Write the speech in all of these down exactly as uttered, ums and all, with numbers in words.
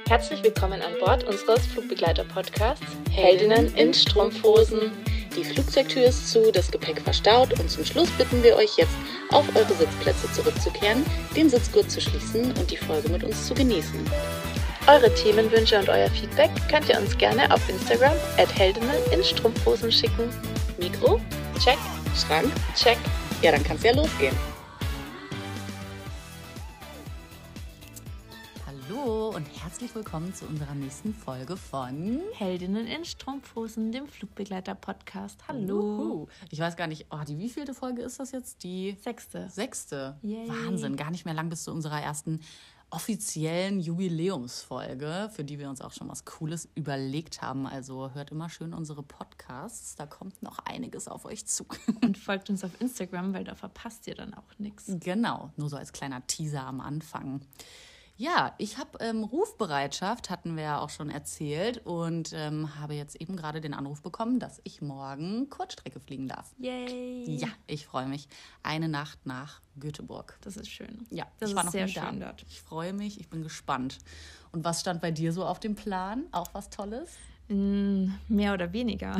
Herzlich willkommen an Bord unseres Flugbegleiter-Podcasts Heldinnen in Strumpfhosen. Die Flugzeugtür ist zu, das Gepäck verstaut und zum Schluss bitten wir euch jetzt, auf eure Sitzplätze zurückzukehren, den Sitzgurt zu schließen und die Folge mit uns zu genießen. Eure Themenwünsche und euer Feedback könnt ihr uns gerne auf Instagram at Heldinnen in Strumpfhosen schicken. Mikro? Check. Schrank? Check. Ja, dann kann's ja losgehen. Hallo und herzlich willkommen zu unserer nächsten Folge von Heldinnen in Strumpfhosen, dem Flugbegleiter-Podcast. Hallo. Uhu. Ich weiß gar nicht, oh, die wievielte Folge ist das jetzt? Die Sechste. Sechste. Yay. Wahnsinn, gar nicht mehr lang bis zu unserer ersten offiziellen Jubiläumsfolge, für die wir uns auch schon was Cooles überlegt haben. Also hört immer schön unsere Podcasts, da kommt noch einiges auf euch zu. Und folgt uns auf Instagram, weil da verpasst ihr dann auch nichts. Genau, nur so als kleiner Teaser am Anfang. Ja, ich habe ähm, Rufbereitschaft, hatten wir ja auch schon erzählt, und ähm, habe jetzt eben gerade den Anruf bekommen, dass ich morgen Kurzstrecke fliegen darf. Yay! Ja, ich freue mich. Eine Nacht nach Göteborg. Das ist schön. Ja, das ich war ist noch sehr nie schön da. dort. Ich freue mich, ich bin gespannt. Und was stand bei dir so auf dem Plan? Auch was Tolles? Mm, mehr oder weniger.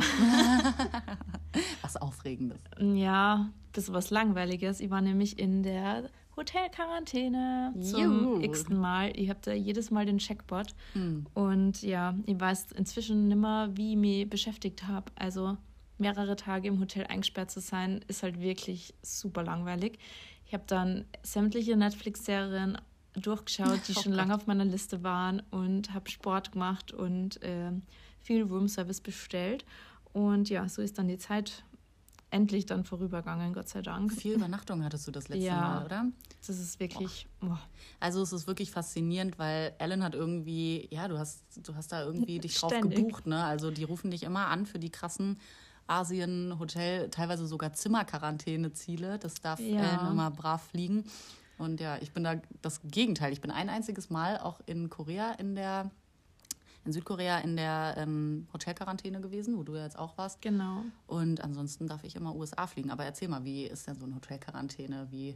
Was Aufregendes. Ja, ein bisschen was Langweiliges. Ich war nämlich in der Hotelquarantäne zum Juhu. x-ten Mal. Ich habe da jedes Mal den Checkbot. Hm. Und ja, ich weiß inzwischen nimmer, wie ich mich beschäftigt habe. Also mehrere Tage im Hotel eingesperrt zu sein, ist halt wirklich super langweilig. Ich habe dann sämtliche Netflix-Serien durchgeschaut, die Oh schon Gott. lange auf meiner Liste waren, und habe Sport gemacht und äh, viel Roomservice bestellt. Und ja, so ist dann die Zeit endlich dann vorübergegangen, Gott sei Dank. Viel Übernachtung hattest du das letzte Ja. Mal, oder? Das ist wirklich... Boah. Also es ist wirklich faszinierend, weil Ellen hat irgendwie, ja, du hast, du hast da irgendwie dich drauf Ständig. gebucht, ne? Also die rufen dich immer an für die krassen Asien-Hotel, teilweise sogar Zimmerquarantäne-Ziele. Das darf Ja. Ellen immer brav fliegen. Und ja, ich bin da das Gegenteil. Ich bin ein einziges Mal auch in Korea in der, in Südkorea in der ähm, Hotelquarantäne gewesen, wo du ja jetzt auch warst. Genau. Und ansonsten darf ich immer U S A fliegen. Aber erzähl mal, wie ist denn so eine Hotelquarantäne? Wie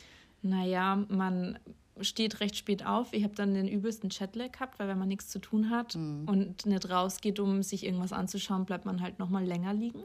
Naja, man steht recht spät auf. Ich habe dann den übelsten Jetlag gehabt, weil wenn man nichts zu tun hat Mhm. und nicht rausgeht, um sich irgendwas anzuschauen, bleibt man halt nochmal länger liegen.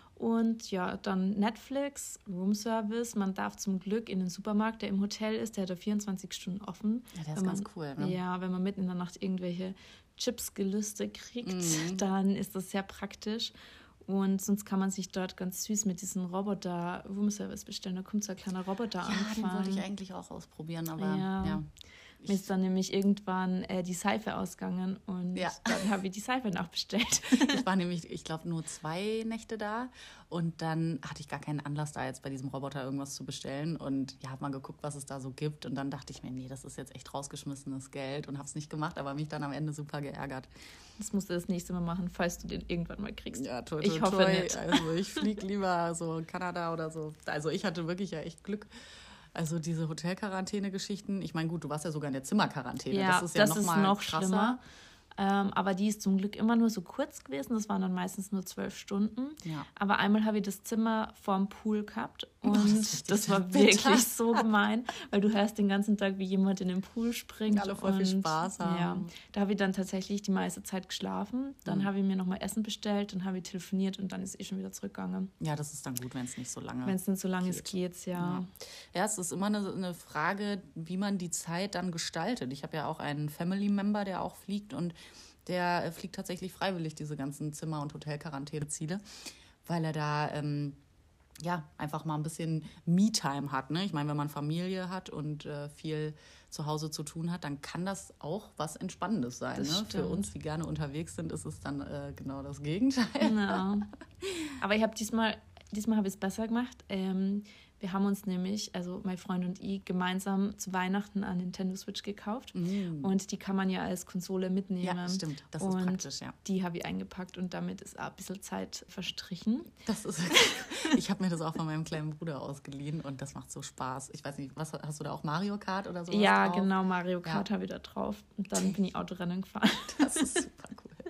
Und ja, dann Netflix, Roomservice. Man darf zum Glück in den Supermarkt, der im Hotel ist, der hat da vierundzwanzig Stunden offen. Ja, der ist Wenn ganz man, cool, ne? Ja, wenn man mitten in der Nacht irgendwelche Chips-Gelüste kriegt, Mhm. dann ist das sehr praktisch. Und sonst kann man sich dort ganz süß mit diesem Roboter Roomservice bestellen. Da kommt so ein kleiner Roboter Ja, angefahren. den wollte ich eigentlich auch ausprobieren, aber Ja. ja. Mir ist dann nämlich irgendwann äh, die Seife ausgegangen, und Ja. dann habe ich die Seife nachbestellt. Ich war nämlich, ich glaube, nur zwei Nächte da, und dann hatte ich gar keinen Anlass, da jetzt bei diesem Roboter irgendwas zu bestellen, und ja, habe mal geguckt, was es da so gibt, und dann dachte ich mir, nee, das ist jetzt echt rausgeschmissenes Geld, und habe es nicht gemacht, aber mich dann am Ende super geärgert. Das musst du das nächste Mal machen, falls du den irgendwann mal kriegst. Ja, toi, Ich toi, hoffe toi. nicht. Also ich fliege lieber so Kanada oder so. Also ich hatte wirklich ja echt Glück. Also diese Hotelquarantäne-Geschichten, ich meine, gut, du warst ja sogar in der Zimmerquarantäne. Ja, das ist ja das noch ist mal noch krasser. schlimmer. Ähm, aber die ist zum Glück immer nur so kurz gewesen. Das waren dann meistens nur zwölf Stunden. Ja. Aber einmal habe ich das Zimmer vorm Pool gehabt, und das das, ist richtig war bitter. wirklich so gemein, weil du hörst den ganzen Tag, wie jemand in den Pool springt. Alle voll viel und, Spaß haben. Ja, da habe ich dann tatsächlich die meiste Zeit geschlafen. Dann Mhm. habe ich mir nochmal Essen bestellt, dann habe ich telefoniert, und dann ist eh schon wieder zurückgegangen. Ja, das ist dann gut, wenn es nicht so lange Wenn es nicht so lange ist, geht. geht's, ja. Ja. Ja, es ist immer eine, eine Frage, wie man die Zeit dann gestaltet. Ich habe ja auch einen Family-Member, der auch fliegt, und der äh, fliegt tatsächlich freiwillig diese ganzen Zimmer- und Hotelquarantäne-Ziele, weil er da ähm, ja einfach mal ein bisschen Me-Time hat. Ne? Ich meine, wenn man Familie hat und äh, viel zu Hause zu tun hat, dann kann das auch was Entspannendes sein. Das Ne? Für stimmt. uns, die gerne unterwegs sind, ist es dann äh, genau das Gegenteil. Genau. Aber ich habe diesmal, diesmal habe ich es besser gemacht. Ähm, wir haben uns nämlich, also mein Freund und ich, gemeinsam zu Weihnachten eine Nintendo Switch gekauft. Mm. Und die kann man ja als Konsole mitnehmen. Ja, stimmt. Das ist und praktisch, ja. Die habe ich eingepackt, und damit ist auch ein bisschen Zeit verstrichen. Das ist, ich habe mir das auch von meinem kleinen Bruder ausgeliehen, und das macht so Spaß. Ich weiß nicht, was hast du da auch, Mario Kart oder sowas Ja, drauf? genau, Mario Kart Ja. habe ich da drauf. Und dann bin ich Autorennen gefahren. Das ist super cool.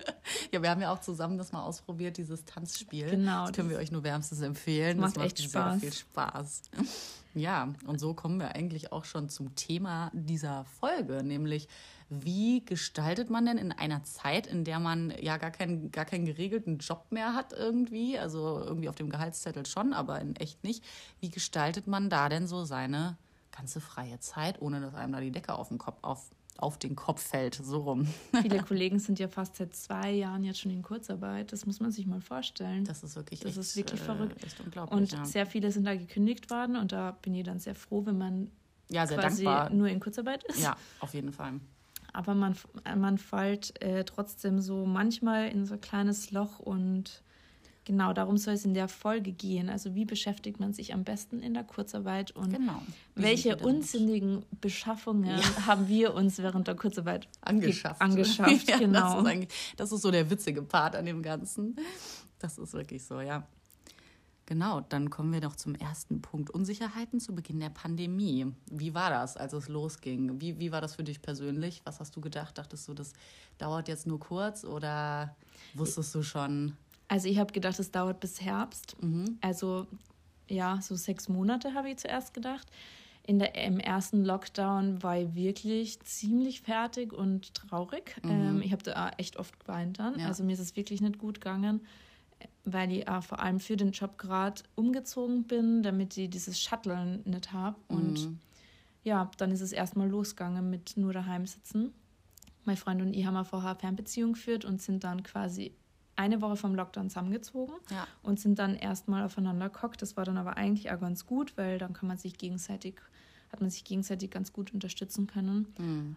Ja, wir haben ja auch zusammen das mal ausprobiert, dieses Tanzspiel. Genau. Das können wir euch nur wärmstens empfehlen. Das macht, das macht echt sehr Spaß. viel Spaß. Ja, und so kommen wir eigentlich auch schon zum Thema dieser Folge, nämlich wie gestaltet man denn in einer Zeit, in der man ja gar keinen, gar keinen geregelten Job mehr hat irgendwie, also irgendwie auf dem Gehaltszettel schon, aber in echt nicht, wie gestaltet man da denn so seine ganze freie Zeit, ohne dass einem da die Decke auf den Kopf, auf, auf den Kopf fällt, so rum. Viele Kollegen sind ja fast seit zwei Jahren jetzt schon in Kurzarbeit. Das muss man sich mal vorstellen. Das ist wirklich, das echt, ist wirklich äh, verrückt. Echt unglaublich. Und ja. sehr viele sind da gekündigt worden und da bin ich dann sehr froh, wenn man ja, sehr quasi dankbar. nur in Kurzarbeit ist. Ja, auf jeden Fall. Aber man, man fällt äh, trotzdem so manchmal in so ein kleines Loch und genau darum soll es in der Folge gehen. Also wie beschäftigt man sich am besten in der Kurzarbeit und genau. welche unsinnigen Beschaffungen ja. haben wir uns während der Kurzarbeit angeschafft. angeschafft ja, genau. das, ist eigentlich, das ist so der witzige Part an dem Ganzen. Das ist wirklich so, ja. Genau, dann kommen wir noch zum ersten Punkt. Unsicherheiten zu Beginn der Pandemie. Wie war das, als es losging? Wie, wie war das für dich persönlich? Was hast du gedacht? Dachtest du, das dauert jetzt nur kurz oder wusstest du schon? Also ich habe gedacht, es dauert bis Herbst. Mhm. Also ja, so sechs Monate habe ich zuerst gedacht. In der, Im ersten Lockdown war ich wirklich ziemlich fertig und traurig. Mhm. Ähm, ich habe da echt oft geweint dann. Ja. Also mir ist es wirklich nicht gut gegangen, weil ich auch vor allem für den Job gerade umgezogen bin, damit ich dieses Shutteln nicht habe. Und mhm. ja, dann ist es erstmal losgegangen mit nur daheim sitzen. Mein Freund und ich haben vorher eine Fernbeziehung geführt und sind dann quasi eine Woche vom Lockdown zusammengezogen ja. und sind dann erstmal aufeinander gehockt. Das war dann aber eigentlich auch ganz gut, weil dann kann man sich gegenseitig, hat man sich gegenseitig ganz gut unterstützen können. Mhm.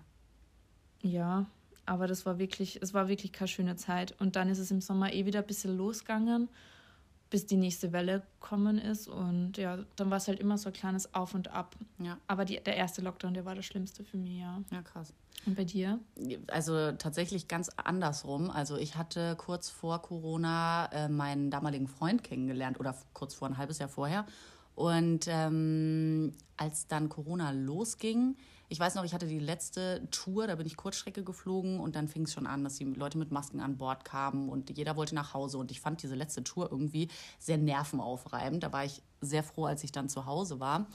Ja, aber das war wirklich, es war wirklich keine schöne Zeit. Und dann ist es im Sommer eh wieder ein bisschen losgegangen, bis die nächste Welle gekommen ist. Und ja, dann war es halt immer so ein kleines Auf und Ab. Ja. Aber die, der erste Lockdown, der war das Schlimmste für mich, ja. Ja, krass. Und bei dir? Also tatsächlich ganz andersrum. Also ich hatte kurz vor Corona äh, meinen damaligen Freund kennengelernt oder kurz vor ein halbes Jahr vorher. Und ähm, als dann Corona losging, ich weiß noch, ich hatte die letzte Tour, da bin ich Kurzstrecke geflogen und dann fing es schon an, dass die Leute mit Masken an Bord kamen und jeder wollte nach Hause. Und ich fand diese letzte Tour irgendwie sehr nervenaufreibend. Da war ich sehr froh, als ich dann zu Hause war.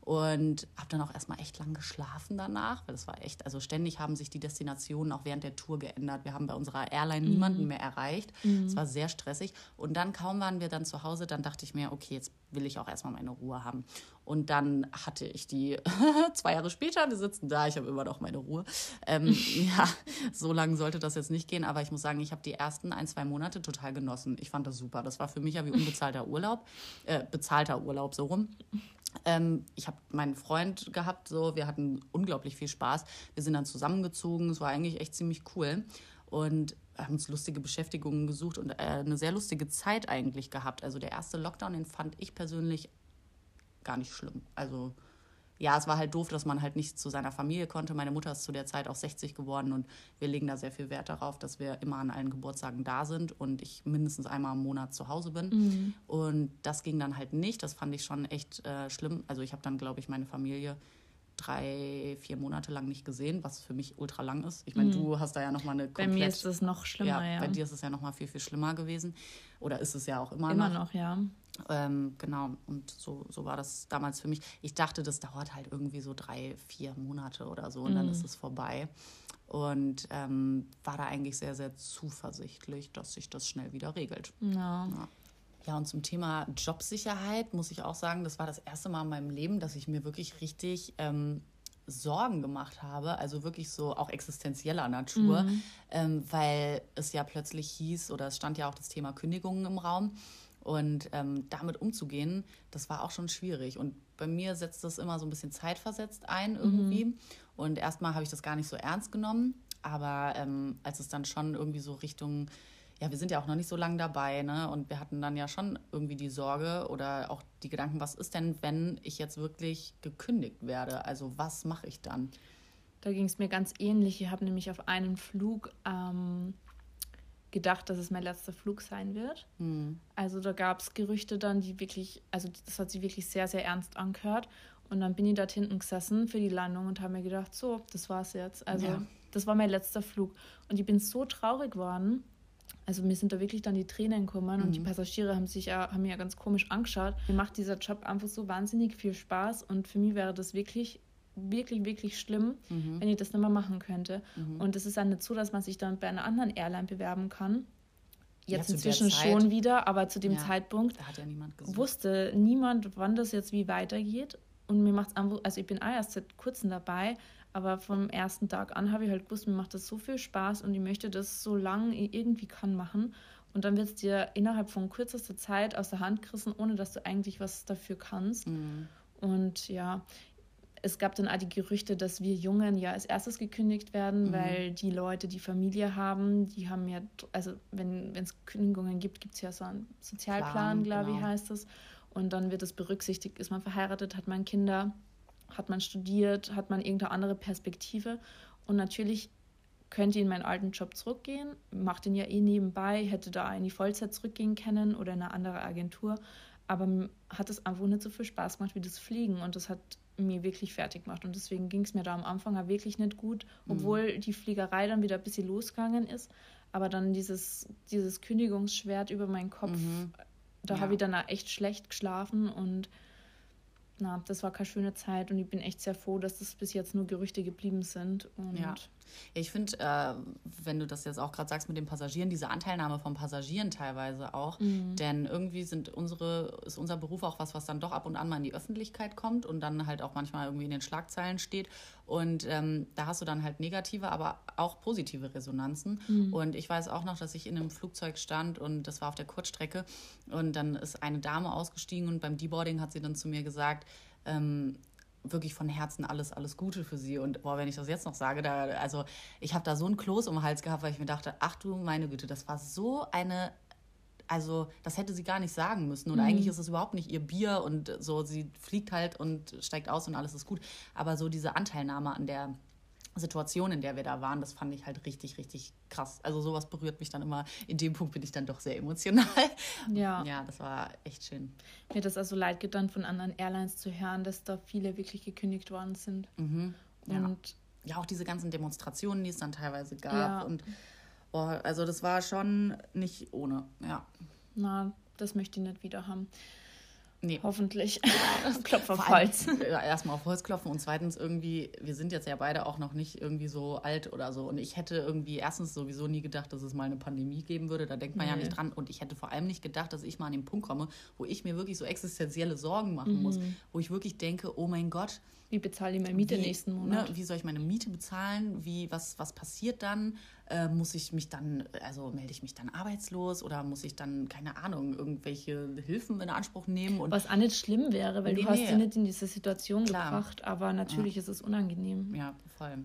Und habe dann auch erstmal echt lang geschlafen danach, weil das war echt, also ständig haben sich die Destinationen auch während der Tour geändert. Wir haben bei unserer Airline mhm. niemanden mehr erreicht. Es mhm. war sehr stressig. Und dann kaum waren wir dann zu Hause, dann dachte ich mir, okay, jetzt will ich auch erstmal meine Ruhe haben. Und dann hatte ich die zwei Jahre später, wir sitzen da, ich habe immer noch meine Ruhe. Ähm, ja, so lange sollte das jetzt nicht gehen, aber ich muss sagen, ich habe die ersten ein, zwei Monate total genossen. Ich fand das super. Das war für mich ja wie unbezahlter Urlaub, äh, bezahlter Urlaub, so rum. Ähm, ich habe meinen Freund gehabt, so, wir hatten unglaublich viel Spaß. Wir sind dann zusammengezogen, es war eigentlich echt ziemlich cool und haben uns lustige Beschäftigungen gesucht und äh, eine sehr lustige Zeit eigentlich gehabt. Also der erste Lockdown, den fand ich persönlich gar nicht schlimm. Also ja, es war halt doof, dass man halt nicht zu seiner Familie konnte. Meine Mutter ist zu der Zeit auch sechzig geworden und wir legen da sehr viel Wert darauf, dass wir immer an allen Geburtstagen da sind und ich mindestens einmal im Monat zu Hause bin. Mhm. Und das ging dann halt nicht. Das fand ich schon echt äh, schlimm. Also ich habe dann, glaube ich, meine Familie drei, vier Monate lang nicht gesehen, was für mich ultra lang ist. Ich meine, mhm. du hast da ja nochmal eine komplett... Bei mir ist es noch schlimmer, ja. ja. Bei dir ist es ja nochmal viel, viel schlimmer gewesen. Oder ist es ja auch immer, immer noch. Immer noch, ja. Ähm, genau, und so, so war das damals für mich. Ich dachte, das dauert halt irgendwie so drei, vier Monate oder so und mhm. dann ist es vorbei. Und ähm, war da eigentlich sehr, sehr zuversichtlich, dass sich das schnell wieder regelt. Ja. Ja. Ja, und zum Thema Jobsicherheit muss ich auch sagen, das war das erste Mal in meinem Leben, dass ich mir wirklich richtig ähm, Sorgen gemacht habe, also wirklich so auch existenzieller Natur, mhm. ähm, weil es ja plötzlich hieß, oder es stand ja auch das Thema Kündigungen im Raum und ähm, damit umzugehen, das war auch schon schwierig und bei mir setzt das immer so ein bisschen zeitversetzt ein irgendwie mhm. und erstmal habe ich das gar nicht so ernst genommen, aber ähm, als es dann schon irgendwie so Richtung ja, wir sind ja auch noch nicht so lange dabei, ne? Und wir hatten dann ja schon irgendwie die Sorge oder auch die Gedanken, was ist denn, wenn ich jetzt wirklich gekündigt werde? Also was mache ich dann? Da ging es mir ganz ähnlich. Ich habe nämlich auf einen Flug ähm, gedacht, dass es mein letzter Flug sein wird. Hm. Also da gab es Gerüchte dann, die wirklich, also das hat sich wirklich sehr, sehr ernst angehört. Und dann bin ich dort hinten gesessen für die Landung und habe mir gedacht, so, das war's jetzt. Also ja. das war mein letzter Flug. Und ich bin so traurig geworden, Also mir sind da wirklich dann die Tränen gekommen mhm. und die Passagiere haben sich ja, haben mich ja ganz komisch angeschaut. Mir macht dieser Job einfach so wahnsinnig viel Spaß und für mich wäre das wirklich, wirklich, wirklich schlimm, mhm. wenn ich das nicht mehr machen könnte. Mhm. Und es ist dann nicht so, dass man sich dann bei einer anderen Airline bewerben kann. Jetzt ja, inzwischen schon wieder, aber zu dem ja, Zeitpunkt da hat ja niemand gesucht. Wusste niemand, wann das jetzt wie weitergeht. Und mir macht's einfach, also ich bin auch erst seit kurzem dabei, aber vom ersten Tag an habe ich halt gewusst, mir macht das so viel Spaß und ich möchte das so lange ich irgendwie kann machen. Und dann wird es dir innerhalb von kürzester Zeit aus der Hand gerissen, ohne dass du eigentlich was dafür kannst. Mhm. Und ja, es gab dann auch die Gerüchte, dass wir Jungen ja als erstes gekündigt werden, mhm. weil die Leute, die Familie haben, die haben ja, also wenn es Kündigungen gibt, gibt es ja so einen Sozialplan, glaube ich, genau. heißt es. Und dann wird das berücksichtigt, ist man verheiratet, hat man Kinder, hat man studiert, hat man irgendeine andere Perspektive. Und natürlich könnte ich in meinen alten Job zurückgehen, mache den ja eh nebenbei, hätte da in die Vollzeit zurückgehen können oder in eine andere Agentur. Aber mir hat es einfach nicht so viel Spaß gemacht wie das Fliegen und das hat mir wirklich fertig gemacht. Und deswegen ging es mir da am Anfang auch wirklich nicht gut, obwohl mhm. die Fliegerei dann wieder ein bisschen losgegangen ist. Aber dann dieses, dieses Kündigungsschwert über meinen Kopf, mhm. da ja. habe ich dann auch echt schlecht geschlafen und na, das war keine schöne Zeit und ich bin echt sehr froh, dass das bis jetzt nur Gerüchte geblieben sind. Und ja. Ich finde, äh, wenn du das jetzt auch gerade sagst mit den Passagieren, diese Anteilnahme von Passagieren teilweise auch, mhm. denn irgendwie sind unsere, ist unser Beruf auch was, was dann doch ab und an mal in die Öffentlichkeit kommt und dann halt auch manchmal irgendwie in den Schlagzeilen steht und ähm, da hast du dann halt negative, aber auch positive Resonanzen mhm. und ich weiß auch noch, dass ich in einem Flugzeug stand und das war auf der Kurzstrecke und dann ist eine Dame ausgestiegen und beim Deboarding hat sie dann zu mir gesagt, ähm, wirklich von Herzen alles, alles Gute für sie. Und boah, wenn ich das jetzt noch sage, da, also ich habe da so einen Kloß um den Hals gehabt, weil ich mir dachte, ach du meine Güte, das war so eine, also das hätte sie gar nicht sagen müssen. Und mhm. eigentlich ist es überhaupt nicht ihr Bier und so, sie fliegt halt und steigt aus und alles ist gut. Aber so diese Anteilnahme an der Situation, in der wir da waren, das fand ich halt richtig, richtig krass. Also sowas berührt mich dann immer. In dem Punkt bin ich dann doch sehr emotional. Ja. Ja, das war echt schön. Mir hat das also leid getan, von anderen Airlines zu hören, dass da viele wirklich gekündigt worden sind. Mhm. Ja. Und ja, auch diese ganzen Demonstrationen, die es dann teilweise gab. Ja. Und oh, also das war schon nicht ohne, ja. Na, das möchte ich nicht wieder haben. Nee. Hoffentlich. Klopf auf Holz. Ja, erstmal auf Holz klopfen und zweitens irgendwie, wir sind jetzt ja beide auch noch nicht irgendwie so alt oder so und ich hätte irgendwie erstens sowieso nie gedacht, dass es mal eine Pandemie geben würde, da denkt man nee. ja nicht dran und ich hätte vor allem nicht gedacht, dass ich mal an den Punkt komme, wo ich mir wirklich so existenzielle Sorgen machen mhm. muss, wo ich wirklich denke, oh mein Gott, wie bezahle ich meine Miete wie, nächsten Monat? Ne, wie soll ich meine Miete bezahlen? Wie, was, was passiert dann? Äh, muss ich mich dann, also melde ich mich dann arbeitslos oder muss ich dann, keine Ahnung, irgendwelche Hilfen in Anspruch nehmen? Und was auch nicht schlimm wäre, weil nee, du hast nee. sie nicht in diese Situation Klar. gebracht, aber natürlich ja. ist es unangenehm. Ja, vor allem.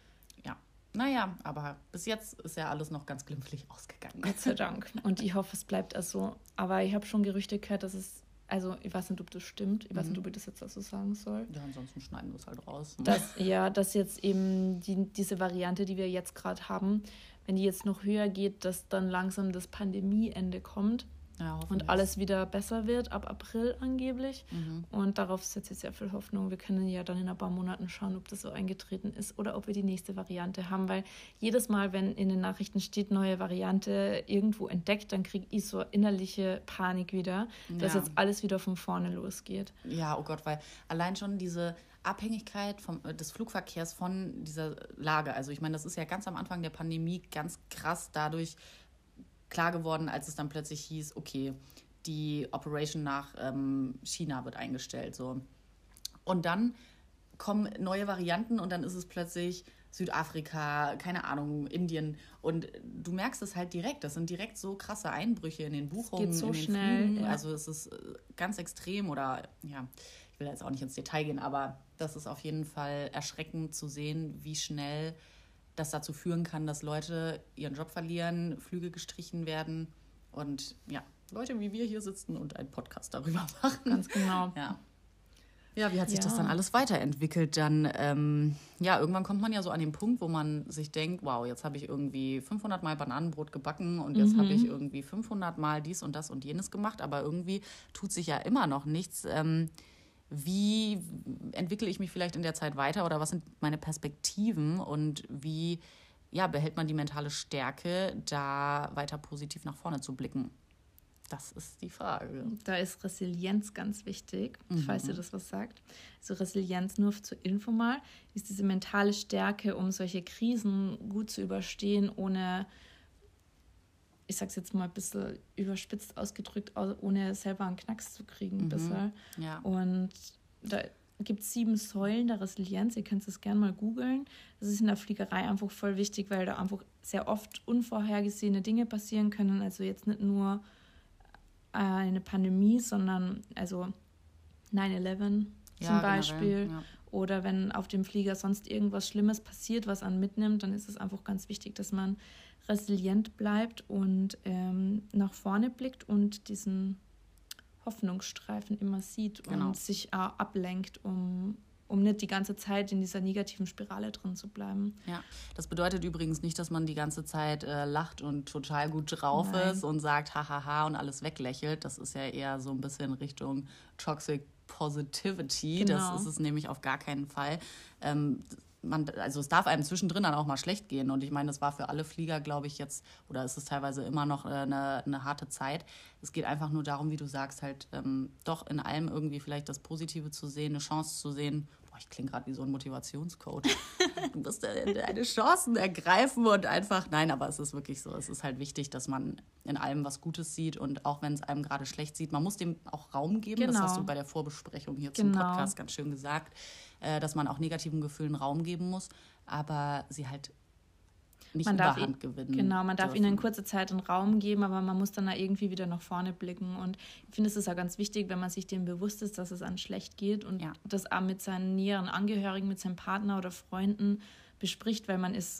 Ja. Naja, aber bis jetzt ist ja alles noch ganz glimpflich ausgegangen. Gott sei Dank. Und ich hoffe, es bleibt also. Aber ich habe schon Gerüchte gehört, dass es Also ich weiß nicht, ob das stimmt. Ich weiß mhm. nicht, ob ich das jetzt also sagen soll. Ja, ansonsten schneiden wir es halt raus. Ne? Dass, ja, dass jetzt eben die, diese Variante, die wir jetzt gerade haben, wenn die jetzt noch höher geht, dass dann langsam das Pandemieende kommt. Ja, und alles wieder besser wird, ab April angeblich. Mhm. Und darauf setze ich sehr viel Hoffnung. Wir können ja dann in ein paar Monaten schauen, ob das so eingetreten ist oder ob wir die nächste Variante haben. Weil jedes Mal, wenn in den Nachrichten steht, neue Variante irgendwo entdeckt, dann kriege ich so innerliche Panik wieder, dass ja. jetzt alles wieder von vorne losgeht. Ja, oh Gott, weil allein schon diese Abhängigkeit vom, des Flugverkehrs von dieser Lage, also ich meine, das ist ja ganz am Anfang der Pandemie ganz krass dadurch klar geworden, als es dann plötzlich hieß, okay, die Operation nach ähm, China wird eingestellt. So. Und dann kommen neue Varianten und dann ist es plötzlich Südafrika, keine Ahnung, Indien. Und du merkst es halt direkt. Das sind direkt so krasse Einbrüche in den Buchungen, so in den schnell, Flügen. Ja. Also es ist ganz extrem oder, ja, ich will jetzt auch nicht ins Detail gehen, aber das ist auf jeden Fall erschreckend zu sehen, wie schnell das dazu führen kann, dass Leute ihren Job verlieren, Flüge gestrichen werden und ja, Leute wie wir hier sitzen und einen Podcast darüber machen. Ganz genau. Ja, ja wie hat sich ja. das dann alles weiterentwickelt? Dann, ähm, ja, irgendwann kommt man ja so an den Punkt, wo man sich denkt, wow, jetzt habe ich irgendwie fünfhundert Mal Bananenbrot gebacken und jetzt mhm. habe ich irgendwie fünfhundert Mal dies und das und jenes gemacht, aber irgendwie tut sich ja immer noch nichts. Ähm, Wie entwickle ich mich vielleicht in der Zeit weiter oder was sind meine Perspektiven und wie ja, behält man die mentale Stärke, da weiter positiv nach vorne zu blicken? Das ist die Frage. Da ist Resilienz ganz wichtig, Mhm. falls ihr das was sagt. Also Resilienz, nur zur Info mal, ist diese mentale Stärke, um solche Krisen gut zu überstehen, ohne, ich sag's jetzt mal ein bisschen überspitzt ausgedrückt, ohne selber einen Knacks zu kriegen. Ein Mhm. bisschen. Ja. Und da gibt es sieben Säulen der Resilienz. Ihr könnt es gerne mal googeln. Das ist in der Fliegerei einfach voll wichtig, weil da einfach sehr oft unvorhergesehene Dinge passieren können. Also jetzt nicht nur eine Pandemie, sondern also nine eleven Ja, zum generell, Beispiel. ja. Oder wenn auf dem Flieger sonst irgendwas Schlimmes passiert, was einen mitnimmt, dann ist es einfach ganz wichtig, dass man resilient bleibt und ähm, nach vorne blickt und diesen Hoffnungsstreifen immer sieht Genau. und sich äh, ablenkt, um, um nicht die ganze Zeit in dieser negativen Spirale drin zu bleiben. Ja, das bedeutet übrigens nicht, dass man die ganze Zeit äh, lacht und total gut drauf Nein. ist und sagt hahaha und alles weglächelt. Das ist ja eher so ein bisschen Richtung Toxic Positivity. Genau. Das ist es nämlich auf gar keinen Fall. Ähm, man, also es darf einem zwischendrin dann auch mal schlecht gehen. Und ich meine, das war für alle Flieger, glaube ich, jetzt, oder ist es teilweise immer noch äh, eine, eine harte Zeit. Es geht einfach nur darum, wie du sagst, halt ähm, doch in allem irgendwie vielleicht das Positive zu sehen, eine Chance zu sehen. Boah, ich klinge gerade wie so ein Motivationscoach. Du musst deine Chancen ergreifen und einfach, nein, aber es ist wirklich so. Es ist halt wichtig, dass man in allem was Gutes sieht und auch wenn es einem gerade schlecht sieht, man muss dem auch Raum geben. Genau. Das hast du bei der Vorbesprechung hier zum Genau. Podcast ganz schön gesagt, äh, dass man auch negativen Gefühlen Raum geben muss, aber sie halt nicht Man darf Überhand i- gewinnen. Genau, man darf dürfen. ihnen kurze Zeit einen Raum geben, aber man muss dann auch irgendwie wieder nach vorne blicken. Und ich finde, es ist auch ganz wichtig, wenn man sich dem bewusst ist, dass es einem schlecht geht und Ja. das auch mit seinen näheren Angehörigen, mit seinem Partner oder Freunden bespricht, weil man ist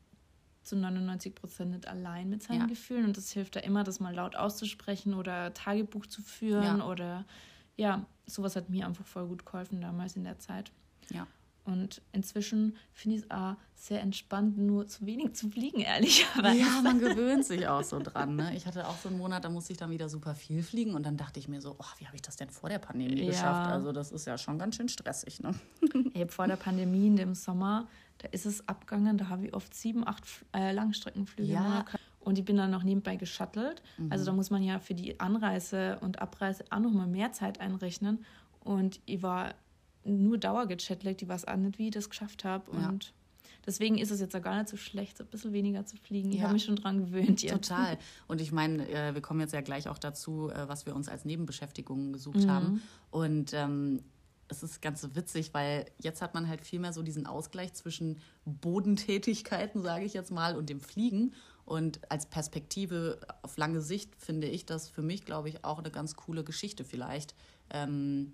zu neunundneunzig Prozent nicht allein mit seinen Ja. Gefühlen und das hilft da immer, das mal laut auszusprechen oder Tagebuch zu führen Ja. oder ja, sowas hat mir einfach voll gut geholfen damals in der Zeit. Ja. Und inzwischen finde ich es auch sehr entspannt, nur zu wenig zu fliegen, ehrlicherweise. Ja, man gewöhnt sich auch so dran. Ne? Ich hatte auch so einen Monat, da musste ich dann wieder super viel fliegen und dann dachte ich mir so, oh, wie habe ich das denn vor der Pandemie Ja. geschafft? Also das ist ja schon ganz schön stressig. Ne? Ich hab vor der Pandemie in dem Sommer, da ist es abgegangen, da habe ich oft sieben, acht äh, Langstreckenflüge Ja. im Monat gehabt. Und ich bin dann noch nebenbei geschuttelt. Also da muss man ja für die Anreise und Abreise auch noch mal mehr Zeit einrechnen. Und ich war nur dauergechatlagt, ich weiß auch nicht, wie ich das geschafft habe. Ja. Und deswegen ist es jetzt auch gar nicht so schlecht, so ein bisschen weniger zu fliegen. Ich Ja. habe mich schon dran gewöhnt jetzt. Total. Und ich meine, äh, wir kommen jetzt ja gleich auch dazu, äh, was wir uns als Nebenbeschäftigung gesucht Mhm. haben. Und ähm, es ist ganz so witzig, weil jetzt hat man halt viel mehr so diesen Ausgleich zwischen Bodentätigkeiten, sage ich jetzt mal, und dem Fliegen. Und als Perspektive auf lange Sicht finde ich das für mich, glaube ich, auch eine ganz coole Geschichte vielleicht, ähm,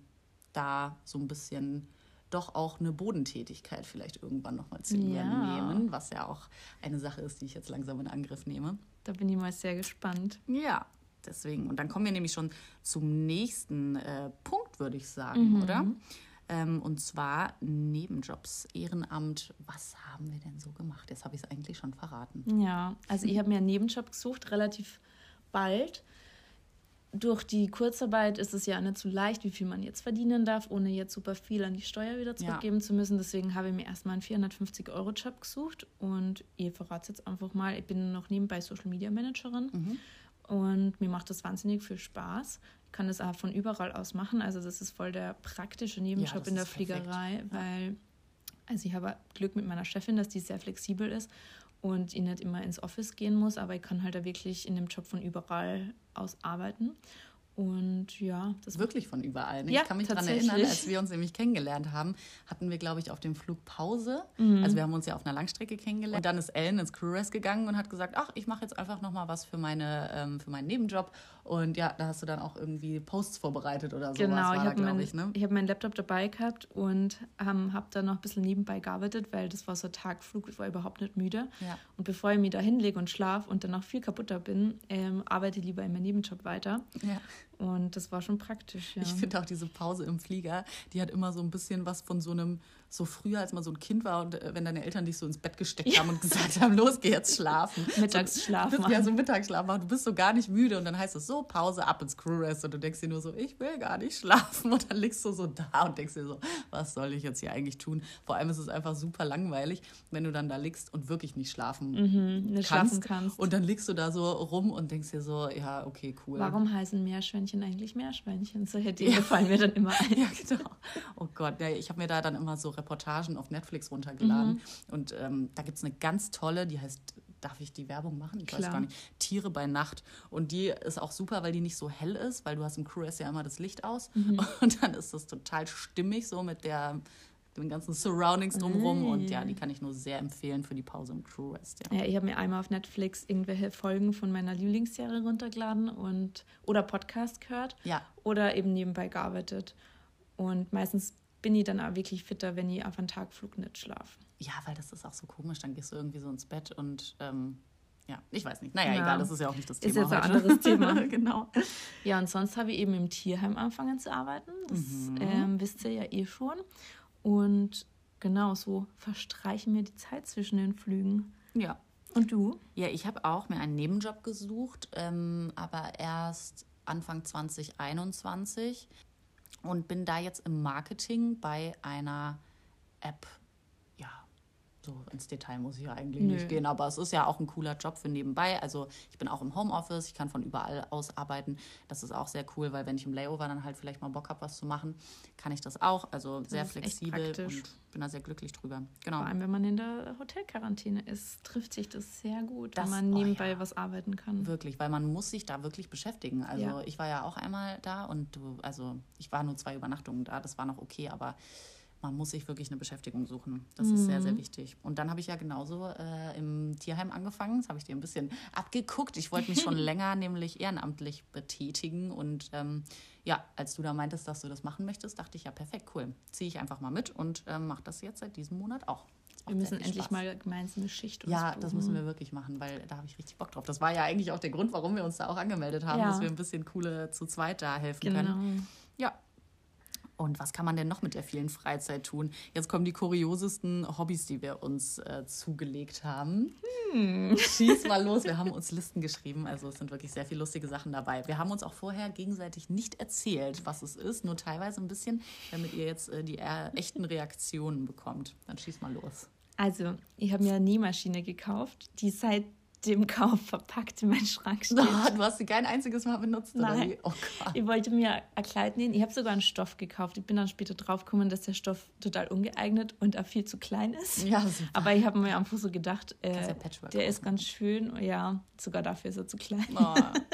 da so ein bisschen doch auch eine Bodentätigkeit vielleicht irgendwann nochmal zu Ja. übernehmen, was ja auch eine Sache ist, die ich jetzt langsam in Angriff nehme. Da bin ich mal sehr gespannt. Ja, deswegen. Und dann kommen wir nämlich schon zum nächsten äh, Punkt, würde ich sagen, Mhm. oder? Ähm, und zwar Nebenjobs, Ehrenamt. Was haben wir denn so gemacht? Jetzt habe ich es eigentlich schon verraten. Ja, also ich habe mir einen Nebenjob gesucht, relativ bald. Durch die Kurzarbeit ist es ja nicht so leicht, wie viel man jetzt verdienen darf, ohne jetzt super viel an die Steuer wieder zurückgeben zu müssen. Deswegen habe ich mir erstmal einen vierhundertfünfzig-Euro-Job gesucht. Und ich verrate es jetzt einfach mal, ich bin noch nebenbei Social-Media-Managerin. Mhm. Und mir macht das wahnsinnig viel Spaß. Ich kann das auch von überall aus machen. Also das ist voll der praktische Nebenjob das in der ist perfekt. Fliegerei, weil also ich habe Glück mit meiner Chefin, dass die sehr flexibel ist und ich nicht immer ins Office gehen muss, aber ich kann halt da wirklich in dem Job von überall aus arbeiten. Und ja, das Wirklich von überall. Ne? Ja, ich kann mich daran tatsächlich. erinnern, als wir uns nämlich kennengelernt haben, hatten wir, glaube ich, auf dem Flug Pause. Mhm. Also wir haben uns ja auf einer Langstrecke kennengelernt. Und dann ist Ellen ins Crew-Rest gegangen und hat gesagt, ach, ich mache jetzt einfach nochmal was für, meine, ähm, für meinen Nebenjob. Und ja, da hast du dann auch irgendwie Posts vorbereitet oder sowas, Genau, war ich da, habe glaube mein, ich. Ne? ich hab meinen Laptop dabei gehabt und ähm, habe dann noch ein bisschen nebenbei gearbeitet, weil das war so ein Tagflug, ich war überhaupt nicht müde. Ja. Und bevor ich mich da hinlege und schlafe und dann noch viel kaputter bin, ähm, arbeite ich lieber in meinem Nebenjob weiter. Ja. Und das war schon praktisch, ja. Ich finde auch diese Pause im Flieger, die hat immer so ein bisschen was von so einem, so früher, als man so ein Kind war und äh, wenn deine Eltern dich so ins Bett gesteckt ja. haben und gesagt haben, los, geh jetzt schlafen. Mittagsschlaf so, machen. Ja, so Mittagsschlaf machen. Du bist so gar nicht müde und dann heißt es so, Pause, ab ins Crewrest und du denkst dir nur so, ich will gar nicht schlafen und dann liegst du so da und denkst dir so, was soll ich jetzt hier eigentlich tun? Vor allem ist es einfach super langweilig, wenn du dann da liegst und wirklich nicht schlafen, mhm, nicht kannst. schlafen kannst. Und dann liegst du da so rum und denkst dir so, ja, okay, cool. Warum heißen Meerschweinchen eigentlich Meerschweinchen? Solche Dinge ja. fallen mir dann immer ein. Ja, genau. Oh Gott, ja, ich habe mir da dann immer so Reportagen auf Netflix runtergeladen. Mhm. Und ähm, da gibt es eine ganz tolle, die heißt, darf ich die Werbung machen? Ich Klar. weiß gar nicht. Tiere bei Nacht. Und die ist auch super, weil die nicht so hell ist, weil du hast im Crewrest ja immer das Licht aus. Mhm. Und dann ist das total stimmig, so mit der den ganzen Surroundings drumherum. Mm. Und ja, die kann ich nur sehr empfehlen für die Pause im Crewrest. Ja. Ja, ich habe mir einmal auf Netflix irgendwelche Folgen von meiner Lieblingsserie runtergeladen und oder Podcast gehört ja. oder eben nebenbei gearbeitet. Und meistens bin ich dann auch wirklich fitter, wenn ich auf einen Tagflug nicht schlafe. Ja, weil das ist auch so komisch. Dann gehst du irgendwie so ins Bett und ähm, ja, ich weiß nicht. Naja, ja. egal, das ist ja auch nicht das Thema. Ist jetzt heute. ein anderes Thema. Genau. Ja, und sonst habe ich eben im Tierheim angefangen zu arbeiten. Das mhm. ähm, wisst ihr ja eh schon. Und genau so verstreichen mir die Zeit zwischen den Flügen. Ja. Und du? Ja, ich habe auch mir einen Nebenjob gesucht, ähm, aber erst Anfang zwanzig einundzwanzig und bin da jetzt im Marketing bei einer App. Ja, so ins Detail muss ich ja eigentlich Nö. nicht gehen, aber es ist ja auch ein cooler Job für nebenbei. Also ich bin auch im Homeoffice, ich kann von überall aus arbeiten. Das ist auch sehr cool, weil wenn ich im Layover dann halt vielleicht mal Bock habe, was zu machen, kann ich das auch. Also sehr das flexibel und bin da sehr glücklich drüber. Genau. Vor allem, wenn man in der Hotelquarantäne ist, trifft sich das sehr gut, das, wenn man nebenbei oh ja. was arbeiten kann. Wirklich, weil man muss sich da wirklich beschäftigen. Also ja. ich war ja auch einmal da und du, also ich war nur zwei Übernachtungen da, das war noch okay, aber man muss sich wirklich eine Beschäftigung suchen. Das mhm. ist sehr, sehr wichtig. Und dann habe ich ja genauso äh, im Tierheim angefangen. Das habe ich dir ein bisschen abgeguckt. Ich wollte mich schon länger nämlich ehrenamtlich betätigen. Und ähm, ja, als du da meintest, dass du das machen möchtest, dachte ich, ja, perfekt, cool. Ziehe ich einfach mal mit und ähm, mache das jetzt seit diesem Monat auch. Wir müssen endlich Spaß. mal gemeinsam eine Schicht Ja, ausproben. Das müssen wir wirklich machen, weil da habe ich richtig Bock drauf. Das war ja eigentlich auch der Grund, warum wir uns da auch angemeldet haben, ja. dass wir ein bisschen coole zu zweit da helfen genau. können. Ja. Und was kann man denn noch mit der vielen Freizeit tun? Jetzt kommen die kuriosesten Hobbys, die wir uns äh, zugelegt haben. Hm. Schieß mal los. Wir haben uns Listen geschrieben. Also es sind wirklich sehr viele lustige Sachen dabei. Wir haben uns auch vorher gegenseitig nicht erzählt, was es ist. Nur teilweise ein bisschen, damit ihr jetzt äh, die äh, echten Reaktionen bekommt. Dann schieß mal los. Also, ich habe mir eine Nähmaschine gekauft, die seit dem Kauf verpackt in meinen Schrank steht. Oh, du hast sie kein einziges Mal benutzt, Nein. oder wie? Oh Gott. Ich wollte mir ein Kleid nähen. Ich habe sogar einen Stoff gekauft. Ich bin dann später drauf gekommen, dass der Stoff total ungeeignet und auch viel zu klein ist. Ja, super. Aber ich habe mir einfach so gedacht, äh, ja der ist ganz schön. Ja, sogar dafür ist er zu klein. Oh.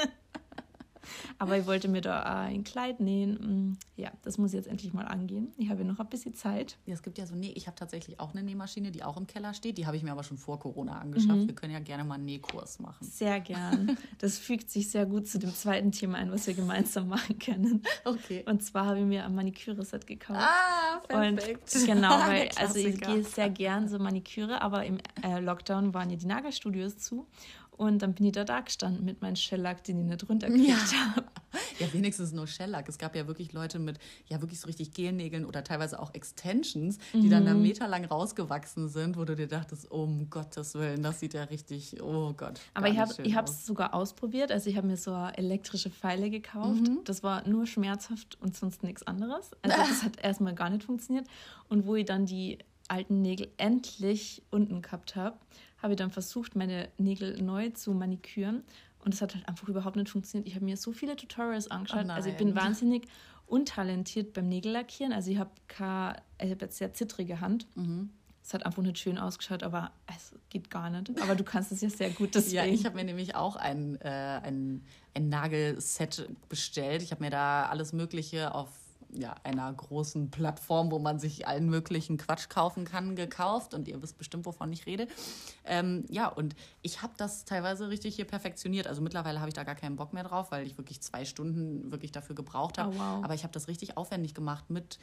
Aber ich wollte mir da ein Kleid nähen. Ja, das muss jetzt endlich mal angehen. Ich habe noch ein bisschen Zeit. Ja, es gibt ja so, nee, ich habe tatsächlich auch eine Nähmaschine, die auch im Keller steht. Die habe ich mir aber schon vor Corona angeschafft. Mhm. Wir können ja gerne mal einen Nähkurs machen. Sehr gern. Das fügt sich sehr gut zu dem zweiten Thema ein, was wir gemeinsam machen können. Okay. Und zwar habe ich mir ein Maniküre-Set gekauft. Ah, perfekt. Und genau, weil also ich gehe sehr gern so Maniküre, aber im äh, Lockdown waren ja die Nagelstudios zu. Und dann bin ich da da gestanden mit meinem Shellack, den ich nicht runtergekriegt ja. habe. Ja, wenigstens nur Shellack. Es gab ja wirklich Leute mit ja wirklich so richtig Gelnägeln oder teilweise auch Extensions, die mhm. dann da meterlang rausgewachsen sind, wo du dir dachtest, oh, um Gottes Willen, das sieht ja richtig, oh Gott. Aber ich habe ich habe es sogar ausprobiert. Also ich habe mir so elektrische Pfeile gekauft. Mhm. Das war nur schmerzhaft und sonst nichts anderes. Also das hat erstmal gar nicht funktioniert. Und wo ich dann die alten Nägel endlich unten gehabt habe, habe ich dann versucht, meine Nägel neu zu maniküren. Und das hat halt einfach überhaupt nicht funktioniert. Ich habe mir so viele Tutorials angeschaut. Oh also ich bin wahnsinnig untalentiert beim Nägellackieren. Also ich habe keine, ich habe jetzt sehr zittrige Hand. Mhm. Es hat einfach nicht schön ausgeschaut, aber es geht gar nicht. Aber du kannst es ja sehr gut, deswegen. Ja, ich habe mir nämlich auch ein, äh, ein, ein Nagelset bestellt. Ich habe mir da alles Mögliche auf ja, einer großen Plattform, wo man sich allen möglichen Quatsch kaufen kann, gekauft. Und ihr wisst bestimmt, wovon ich rede. Ähm, ja, und ich habe das teilweise richtig hier perfektioniert. Also mittlerweile habe ich da gar keinen Bock mehr drauf, weil ich wirklich zwei Stunden wirklich dafür gebraucht habe. Oh, wow. Aber ich habe das richtig aufwendig gemacht mit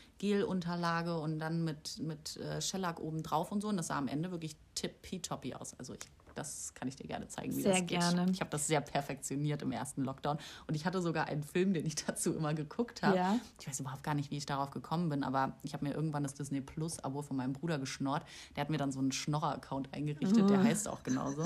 Gelunterlage und dann mit, mit äh, Shellac oben drauf und so. Und das sah am Ende wirklich tippitoppi aus. Also ich Das kann ich dir gerne zeigen, wie sehr das geht. gerne. Ich habe das sehr perfektioniert im ersten Lockdown. Und ich hatte sogar einen Film, den ich dazu immer geguckt habe. Ja. Ich weiß überhaupt gar nicht, wie ich darauf gekommen bin, aber ich habe mir irgendwann das Disney Plus-Abo von meinem Bruder geschnorrt. Der hat mir dann so einen Schnorrer-Account eingerichtet, oh. der heißt auch genauso.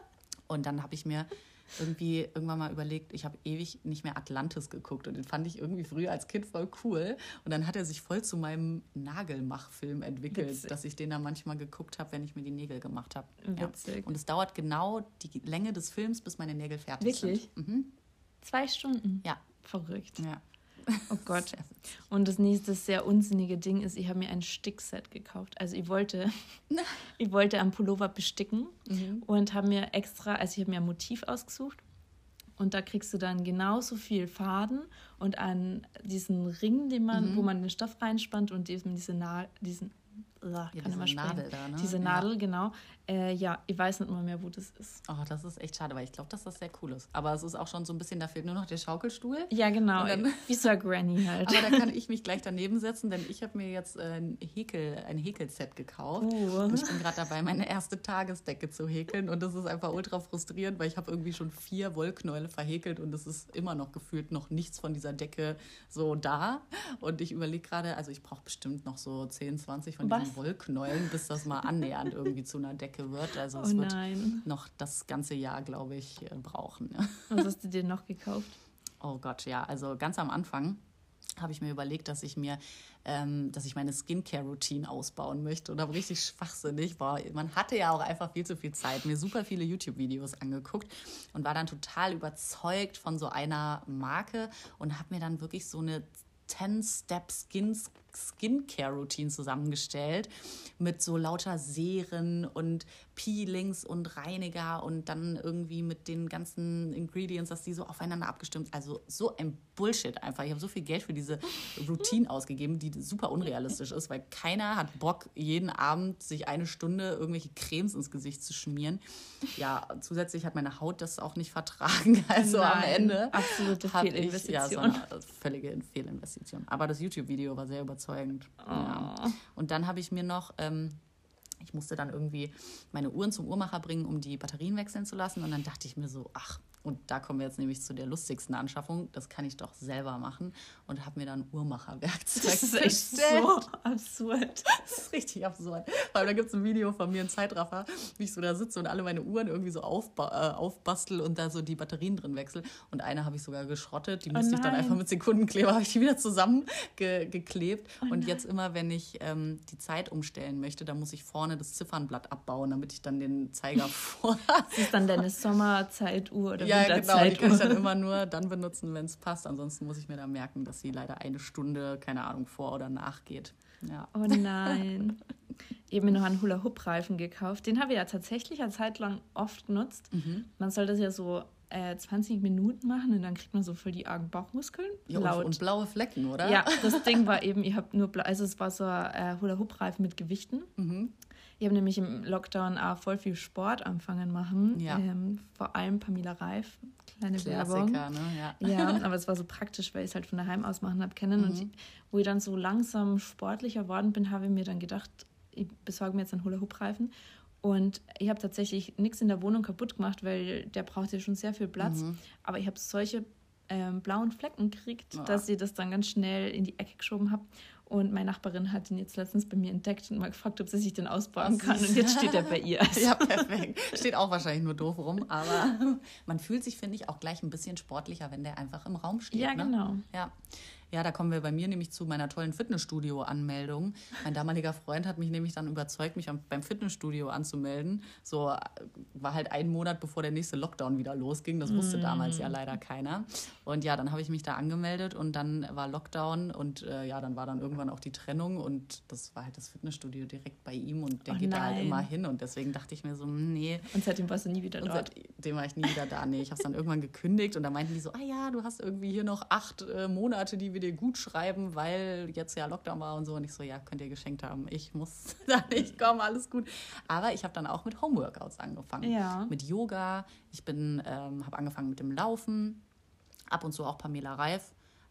Und dann habe ich mir irgendwie irgendwann mal überlegt, ich habe ewig nicht mehr Atlantis geguckt und den fand ich irgendwie früher als Kind voll cool. Und dann hat er sich voll zu meinem Nagelmachfilm entwickelt, Witzig. Dass ich den dann manchmal geguckt habe, wenn ich mir die Nägel gemacht habe. Witzig. Ja. Und es dauert genau die Länge des Films, bis meine Nägel fertig Wirklich? sind. Mhm. Zwei Stunden? Ja. Verrückt. Ja. Oh Gott. Und das nächste sehr unsinnige Ding ist, ich habe mir ein Stickset gekauft. Also ich wollte, ich wollte am Pullover besticken mhm. und habe mir extra, also ich habe mir ein Motiv ausgesucht und da kriegst du dann genauso viel Faden und an diesen Ring, den man, mhm. wo man den Stoff reinspannt und diesen, diese Na- diesen Ja, kann diese Nadel da, ne? Diese Nadel, ja. genau. Äh, ja, ich weiß nicht mal mehr, wo das ist. Oh, das ist echt schade, weil ich glaube, dass das sehr cool ist. Aber es ist auch schon so ein bisschen, da fehlt nur noch der Schaukelstuhl. Ja, genau. Dann, wie so eine Granny halt. Aber da kann ich mich gleich daneben setzen, denn ich habe mir jetzt ein, Häkel, ein Häkelset gekauft. Uh. Und ich bin gerade dabei, meine erste Tagesdecke zu häkeln. Und das ist einfach ultra frustrierend, weil ich habe irgendwie schon vier Wollknäule verhäkelt und es ist immer noch gefühlt noch nichts von dieser Decke so da. Und ich überlege gerade, also ich brauche bestimmt noch so zehn, zwanzig von Was? diesen Wollknäulen, bis das mal annähernd irgendwie zu einer Decke wird. Also es oh wird nein. noch das ganze Jahr, glaube ich, brauchen. Was hast du dir noch gekauft? Oh Gott, ja. Also ganz am Anfang habe ich mir überlegt, dass ich mir, ähm, dass ich meine Skincare-Routine ausbauen möchte. Und habe richtig schwachsinnig, boah, man hatte ja auch einfach viel zu viel Zeit, mir super viele YouTube-Videos angeguckt und war dann total überzeugt von so einer Marke und habe mir dann wirklich so eine ten-Step-Skins Skincare-Routine zusammengestellt mit so lauter Serien und Peelings und Reiniger und dann irgendwie mit den ganzen Ingredients, dass die so aufeinander abgestimmt sind. Also so ein Bullshit einfach. Ich habe so viel Geld für diese Routine ausgegeben, die super unrealistisch ist, weil keiner hat Bock, jeden Abend sich eine Stunde irgendwelche Cremes ins Gesicht zu schmieren. Ja, zusätzlich hat meine Haut das auch nicht vertragen. Also Nein, am Ende absolute Fehlinvestition. Ich, ja, so eine völlige Fehlinvestition. Aber das YouTube-Video war sehr überzeugend. Oh. Ja. Und dann habe ich mir noch, ähm, ich musste dann irgendwie meine Uhren zum Uhrmacher bringen, um die Batterien wechseln zu lassen. Und dann dachte ich mir so, ach, und da kommen wir jetzt nämlich zu der lustigsten Anschaffung. Das kann ich doch selber machen. Und habe mir dann Uhrmacherwerkzeug Das ist echt so absurd. Das ist richtig absurd. Weil da gibt es ein Video von mir, ein Zeitraffer, wie ich so da sitze und alle meine Uhren irgendwie so aufba- äh, aufbastel und da so die Batterien drin wechsel. Und eine habe ich sogar geschrottet. Die musste oh ich dann einfach mit Sekundenkleber, habe ich die wieder zusammengeklebt. Oh und jetzt immer, wenn ich ähm, die Zeit umstellen möchte, dann muss ich vorne das Ziffernblatt abbauen, damit ich dann den Zeiger vor... Das ist dann deine Sommerzeituhr oder ja, genau. Die kann ich dann Winterzeituhr. immer nur dann benutzen, wenn es passt. Ansonsten muss ich mir da merken, dass sie leider eine Stunde, keine Ahnung, vor oder nach geht. Ja. Oh nein. Ich habe mir noch einen Hula-Hoop-Reifen gekauft. Den habe ich ja tatsächlich eine Zeit lang oft genutzt. Mhm. Man soll das ja so äh, zwanzig Minuten machen und dann kriegt man so voll die argen Bauchmuskeln. Ja, laut. Und, und blaue Flecken, oder? Ja, das Ding war eben, ich habe nur, bla- also es war so ein äh, Hula-Hoop-Reifen mit Gewichten. Mhm. Ich habe nämlich im Lockdown auch voll viel Sport anfangen machen. Ja. Ähm, vor allem Pamela Reif, kleine Klassiker, Werbung. ne? Ja. Ja, aber es war so praktisch, weil ich es halt von daheim aus machen habe können. Mhm. Und ich, wo ich dann so langsam sportlicher worden bin, habe ich mir dann gedacht, ich besorge mir jetzt einen Hula-Hoop-Reifen. Und ich habe tatsächlich nichts in der Wohnung kaputt gemacht, weil der braucht ja schon sehr viel Platz. Mhm. Aber ich habe solche ähm, blauen Flecken gekriegt, Ja. dass ich das dann ganz schnell in die Ecke geschoben habe. Und meine Nachbarin hat ihn jetzt letztens bei mir entdeckt und mal gefragt, ob sie sich den ausbauen kann. Und jetzt steht er bei ihr. Also. Ja, perfekt. Steht auch wahrscheinlich nur doof rum, aber man fühlt sich, finde ich, auch gleich ein bisschen sportlicher, wenn der einfach im Raum steht. Ja, ne? genau. Ja. Ja, da kommen wir bei mir nämlich zu meiner tollen Fitnessstudio-Anmeldung. Mein damaliger Freund hat mich nämlich dann überzeugt, mich am- beim Fitnessstudio anzumelden. So äh, war halt ein Monat, bevor der nächste Lockdown wieder losging. Das wusste Mm. damals ja leider keiner. Und ja, dann habe ich mich da angemeldet und dann war Lockdown und äh, ja, dann war dann irgendwann auch die Trennung und das war halt das Fitnessstudio direkt bei ihm und der Oh geht da halt nein. immer hin und deswegen dachte ich mir so, nee, Und seitdem warst du nie wieder und dort. seitdem war ich nie wieder da. Nee, ich habe es dann irgendwann gekündigt und da meinten die so, ah ja, du hast irgendwie hier noch acht äh, Monate, die wir dir gut schreiben, weil jetzt ja Lockdown war und so. Und ich so, ja, könnt ihr geschenkt haben. Ich muss da nicht kommen, alles gut. Aber ich habe dann auch mit Homeworkouts angefangen. Ja. Mit Yoga. Ich bin, ähm, habe angefangen mit dem Laufen. Ab und zu auch Pamela Reif.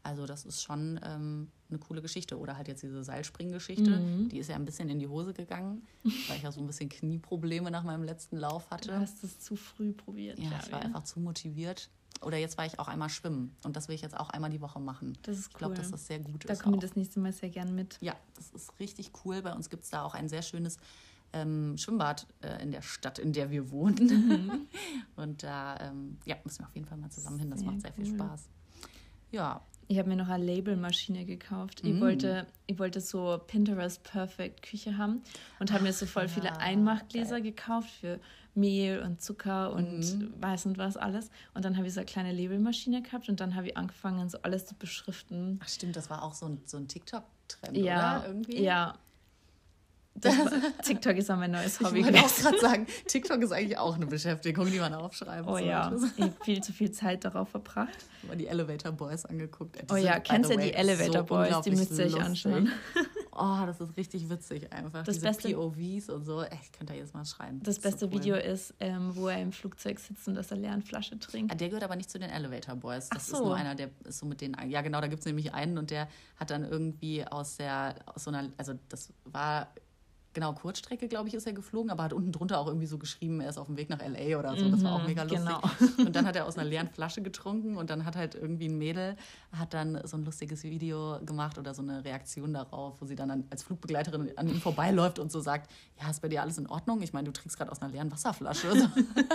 Also das ist schon ähm, eine coole Geschichte. Oder halt jetzt diese Seilspringgeschichte, Mhm. die ist ja ein bisschen in die Hose gegangen, weil ich ja so ein bisschen Knieprobleme nach meinem letzten Lauf hatte. Du hast es zu früh probiert. Ja, glaub ich war ich. einfach zu motiviert. Oder jetzt war ich auch einmal schwimmen. Und das will ich jetzt auch einmal die Woche machen. Das ist Ich glaube, cool. dass das sehr gut Da ist. kommen wir auch. das nächste Mal sehr gern mit. Ja, das ist richtig cool. Bei uns gibt es da auch ein sehr schönes ähm, Schwimmbad äh, in der Stadt, in der wir wohnen. Mhm. Und da ähm, ja, müssen wir auf jeden Fall mal zusammen hin. Das Sehr macht sehr viel cool. Spaß. Ja, Ich habe mir noch eine Labelmaschine gekauft. Mm. Ich, wollte, ich wollte so Pinterest Perfect Küche haben und habe mir so voll viele ja, Einmachgläser gekauft für Mehl und Zucker und Mhm. weiß und was alles. Und dann habe ich so eine kleine Labelmaschine gehabt und dann habe ich angefangen, so alles zu beschriften. ach stimmt, das war auch so ein, so ein TikTok-Trend, Ja, oder? Irgendwie? ja. Das war, TikTok ist auch mein neues Ich Hobby wollte auch gewesen. gerade sagen, TikTok ist eigentlich auch eine Beschäftigung, die man aufschreiben Oh ja, sollte. ich habe viel zu viel Zeit darauf verbracht. Ich habe mal die Elevator Boys angeguckt. Die Oh ja, sind, by kennst the du die way, Elevator so Boys? Die unglaublich müsst ihr euch lustig. anschauen. Oh, das ist richtig witzig einfach. Das Diese Beste- P O Vs und so. Echt, ich könnte da jedes Mal schreien. Das ist so beste cool. Video ist, ähm, wo er im Flugzeug sitzt und aus der leeren Flasche trinkt. Ah, der gehört aber nicht zu den Elevator Boys. Das Ach ist so. nur einer, der ist so mit denen. Ja, genau, da gibt es nämlich einen und der hat dann irgendwie aus der, aus so einer, also das war. Genau, Kurzstrecke, glaube ich, ist er geflogen, aber hat unten drunter auch irgendwie so geschrieben, er ist auf dem Weg nach L A oder so. Das war auch Mhm, mega lustig. genau. Und dann hat er aus einer leeren Flasche getrunken und dann hat halt irgendwie ein Mädel, hat dann so ein lustiges Video gemacht oder so eine Reaktion darauf, wo sie dann an, als Flugbegleiterin an ihm vorbeiläuft und so sagt, ja, ist bei dir alles in Ordnung? Ich meine, du trinkst gerade aus einer leeren Wasserflasche. So.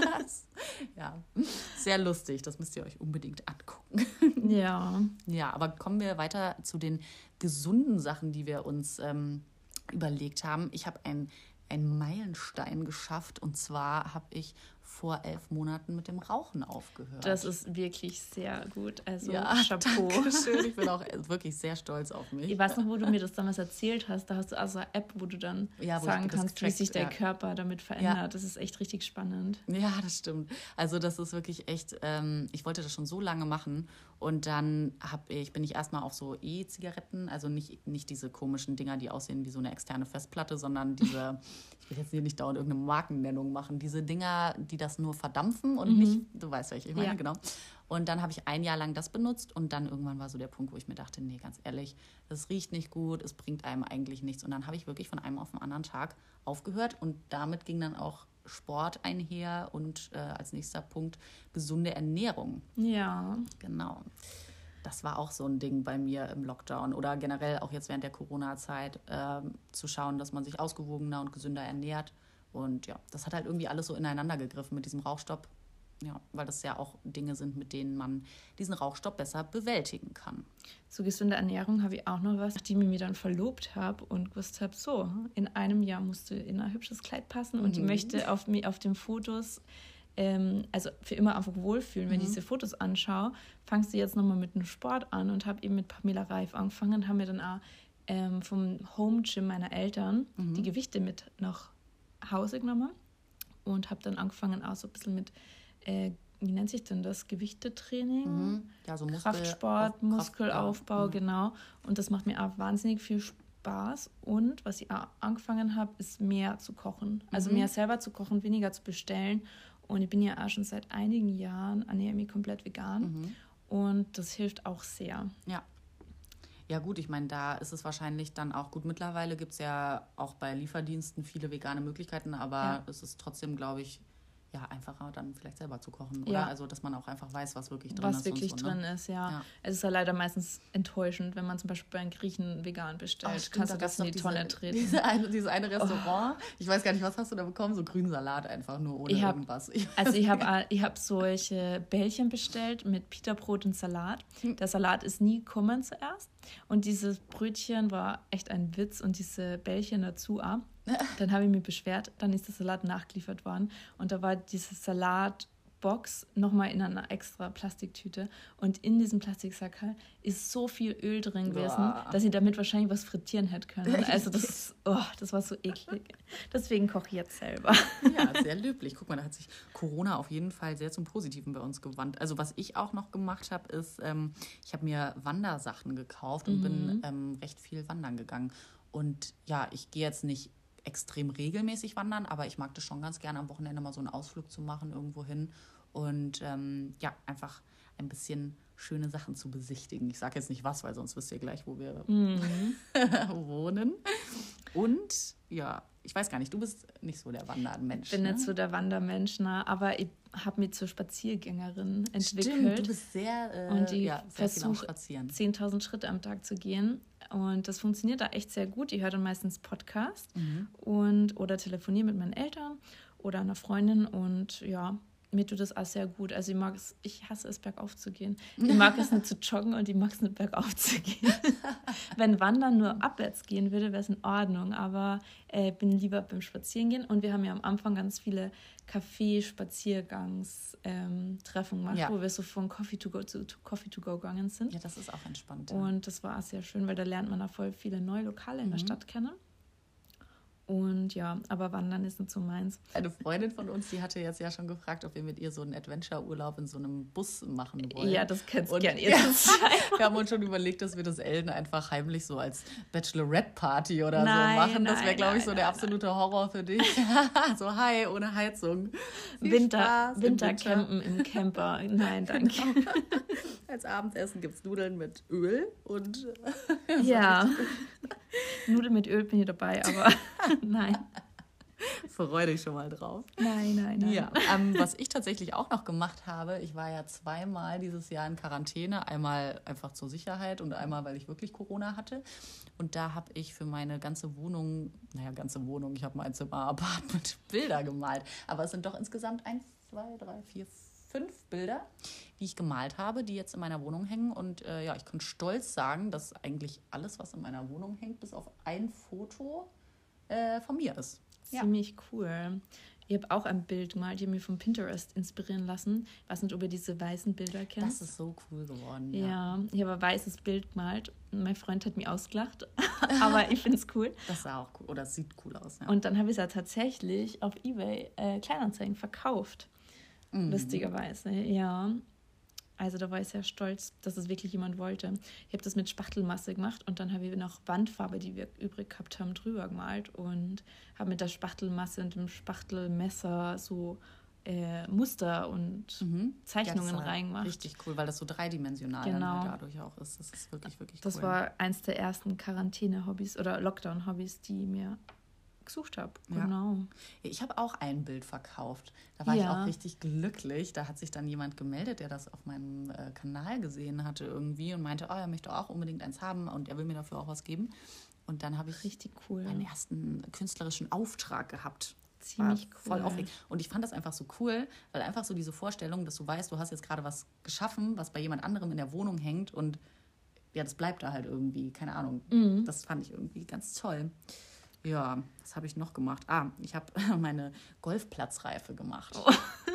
Ja, sehr lustig, das müsst ihr euch unbedingt angucken. Ja. Ja, aber kommen wir weiter zu den gesunden Sachen, die wir uns ähm, überlegt haben. Ich habe einen Meilenstein geschafft und zwar habe ich vor elf Monaten mit dem Rauchen aufgehört. Das ist wirklich sehr gut. Also ja, Chapeau. Dankeschön. Ich bin auch wirklich sehr stolz auf mich. Ich weiß noch, wo du mir das damals erzählt hast. Da hast du also eine App, wo du dann Ja, wo sagen ich das kannst, wie getrackt, sich der ja. Körper damit verändert. Das ist echt richtig spannend. Ja, das stimmt. Also das ist wirklich echt, ähm, ich wollte das schon so lange machen und dann hab ich, bin ich erstmal auf so E-Zigaretten, also nicht, nicht diese komischen Dinger, die aussehen wie so eine externe Festplatte, sondern diese, ich will jetzt hier nicht dauernd irgendeine Markennennung machen, diese Dinger, die das nur verdampfen und Mhm. nicht, du weißt, welche ich meine, Ja. genau. Und dann habe ich ein Jahr lang das benutzt und dann irgendwann war so der Punkt, wo ich mir dachte, nee, ganz ehrlich, das riecht nicht gut, es bringt einem eigentlich nichts. Und dann habe ich wirklich von einem auf den anderen Tag aufgehört und damit ging dann auch Sport einher und äh, als nächster Punkt gesunde Ernährung. Ja. Genau. Das war auch so ein Ding bei mir im Lockdown oder generell auch jetzt während der Corona-Zeit ähm, zu schauen, dass man sich ausgewogener und gesünder ernährt. Und ja, das hat halt irgendwie alles so ineinander gegriffen mit diesem Rauchstopp. Ja, weil das ja auch Dinge sind, mit denen man diesen Rauchstopp besser bewältigen kann. Zu gesunder Ernährung habe ich auch noch was, nachdem ich mich dann verlobt habe und gewusst habe, so, in einem Jahr musst du in ein hübsches Kleid passen und ich Mhm. möchte auf, mi- auf den Fotos, ähm, also für immer einfach wohlfühlen, wenn Mhm. ich diese Fotos anschaue, fangst du jetzt nochmal mit dem Sport an und habe eben mit Pamela Reif angefangen und haben mir dann auch ähm, vom Home Gym meiner Eltern Mhm. die Gewichte mit nach Hause genommen und habe dann angefangen auch so ein bisschen mit, äh, wie nennt sich denn das, Gewichtetraining? Mhm. Ja, so Muskel- Kraftsport, Auf- Muskelaufbau, Kraft- ja. genau. Und das macht mir auch wahnsinnig viel Spaß. Und was ich auch angefangen habe, ist mehr zu kochen. Also Mhm. mehr selber zu kochen, weniger zu bestellen. Und ich bin ja auch schon seit einigen Jahren ernähre mich komplett vegan. Mhm. Und das hilft auch sehr. Ja. Ja gut, ich meine, da ist es wahrscheinlich dann auch gut. Mittlerweile gibt es ja auch bei Lieferdiensten viele vegane Möglichkeiten, aber Ja. es ist trotzdem, glaube ich, ja, einfacher dann vielleicht selber zu kochen, oder? Ja. Also, dass man auch einfach weiß, was wirklich drin Was ist. wirklich und so, ne? drin ist, ja. Ja. Es ist ja leider meistens enttäuschend, wenn man zum Beispiel bei einem Griechen vegan bestellt. Ach, stimmt, Kannst du da das gab's in die doch Tonne diese, treten. Diese eine, dieses eine Restaurant. Ich weiß gar nicht, was hast du da bekommen? So grünen Salat einfach nur ohne Ich hab- irgendwas. Ich Also ich habe ich hab solche Bällchen bestellt mit Pita-Brot und Salat. Hm. Der Salat ist nie gekommen zuerst. Und dieses Brötchen war echt ein Witz und diese Bällchen dazu auch. Dann habe ich mich beschwert, dann ist der Salat nachgeliefert worden. Und da war diese Salatbox nochmal in einer extra Plastiktüte. Und in diesem Plastiksackerl ist so viel Öl drin gewesen, Boah. dass ich damit wahrscheinlich was frittieren hätte können. Also das, oh, das war so eklig. Deswegen koche ich jetzt selber. Ja, sehr löblich. Guck mal, da hat sich Corona auf jeden Fall sehr zum Positiven bei uns gewandt. Also was ich auch noch gemacht habe, ist, ähm, ich habe mir Wandersachen gekauft und Mhm. bin ähm, recht viel wandern gegangen. Und ja, ich gehe jetzt nicht extrem regelmäßig wandern, aber ich mag das schon ganz gerne, am Wochenende mal so einen Ausflug zu machen irgendwo hin und ähm, ja, einfach ein bisschen schöne Sachen zu besichtigen. Ich sage jetzt nicht was, weil sonst wisst ihr gleich, wo wir Mhm. wohnen. Und ja, ich weiß gar nicht, du bist nicht so der Wandermensch. Ich bin ne? nicht so der Wandermensch, ne? Aber ich habe mich zur Spaziergängerin entwickelt. Stimmt, du bist sehr, äh, und ich ja, sehr viel am versuche Spazieren. zehntausend Schritte am Tag zu gehen. Und das funktioniert da echt sehr gut. Ich höre dann meistens Podcast Mhm. und oder telefoniere mit meinen Eltern oder einer Freundin. Und ja, mir tut das auch sehr gut. Also ich mag es, ich hasse es, bergauf zu gehen. Ich mag es nicht zu joggen und ich mag es nicht, bergauf zu gehen. Wenn Wandern nur abwärts gehen würde, wäre es in Ordnung. Aber ich äh, bin lieber beim Spazierengehen. Und wir haben ja am Anfang ganz viele Café-Spaziergangs-Treffen gemacht, Ja. wo wir so von Coffee to go zu, zu Coffee to go gegangen sind. Ja, das ist auch entspannt. Ja. Und das war auch sehr schön, weil da lernt man auch voll viele neue Lokale in der Mhm. Stadt kennen. Und ja, aber Wandern ist nicht so meins. Eine Freundin von uns, die hatte jetzt ja schon gefragt, ob wir mit ihr so einen Adventure-Urlaub in so einem Bus machen wollen. Ja, das kennst du Und- gern. Ja. Jetzt Wir haben uns schon überlegt, dass wir das Ellen einfach heimlich so als Bachelorette-Party oder Nein, so machen. Das wäre, nein, glaube ich, so nein, der nein, absolute Horror für dich. So, hi, ohne Heizung. Viel Winter, Spaß im Wintercampen im Camper. Nein, danke. Winter. Als Abendessen gibt es Nudeln mit Öl und Ja. Nudeln mit Öl bin ich dabei, aber nein. freu dich schon mal drauf. Nein, nein, nein. Ja, ähm, was ich tatsächlich auch noch gemacht habe, ich war ja zweimal dieses Jahr in Quarantäne. Einmal einfach zur Sicherheit und einmal, weil ich wirklich Corona hatte. Und da habe ich für meine ganze Wohnung, naja, ganze Wohnung, ich habe mein Zimmer Apartment Bilder gemalt. Aber es sind doch insgesamt eins, zwei, drei, vier, fünf Bilder, die ich gemalt habe, die jetzt in meiner Wohnung hängen. Und äh, ja, ich kann stolz sagen, dass eigentlich alles, was in meiner Wohnung hängt, bis auf ein Foto äh, von mir ist. Ja. Ziemlich cool. Ich habe auch ein Bild gemalt, ich habe mich von Pinterest inspirieren lassen. Ich weiß nicht, ob ihr diese weißen Bilder kennt. Das ist so cool geworden. ja. Ja. Ich habe ein weißes Bild gemalt. Mein Freund hat mich ausgelacht, aber ich finde es cool. Das sah auch cool, oder sieht cool aus. Ja. Und dann habe ich es ja tatsächlich auf eBay äh, Kleinanzeigen verkauft. Mhm. Lustigerweise, ja. Also da war ich sehr stolz, dass es wirklich jemand wollte. Ich habe das mit Spachtelmasse gemacht und dann habe ich noch Wandfarbe, die wir übrig gehabt haben, drüber gemalt und habe mit der Spachtelmasse und dem Spachtelmesser so äh, Muster und Mhm. Zeichnungen Ja, das war reingemacht. Richtig cool, weil das so dreidimensional Genau. dann halt dadurch auch ist. Das ist wirklich, wirklich Das cool. war eins der ersten Quarantäne-Hobbys oder Lockdown-Hobbys, die ich mir gesucht habe. Ja. Genau. Ich habe auch ein Bild verkauft. Da war Ja. ich auch richtig glücklich. Da hat sich dann jemand gemeldet, der das auf meinem äh, Kanal gesehen hatte irgendwie und meinte, oh, er möchte auch unbedingt eins haben und er will mir dafür auch was geben. Und dann habe ich Richtig cool. meinen ersten künstlerischen Auftrag gehabt. Ziemlich War voll cool. aufregend. Und ich fand das einfach so cool, weil einfach so diese Vorstellung, dass du weißt, du hast jetzt gerade was geschaffen, was bei jemand anderem in der Wohnung hängt und ja, das bleibt da halt irgendwie, keine Ahnung. Mhm. Das fand ich irgendwie ganz toll. Ja, was habe ich noch gemacht? Ah, ich habe meine Golfplatzreife gemacht. Oh.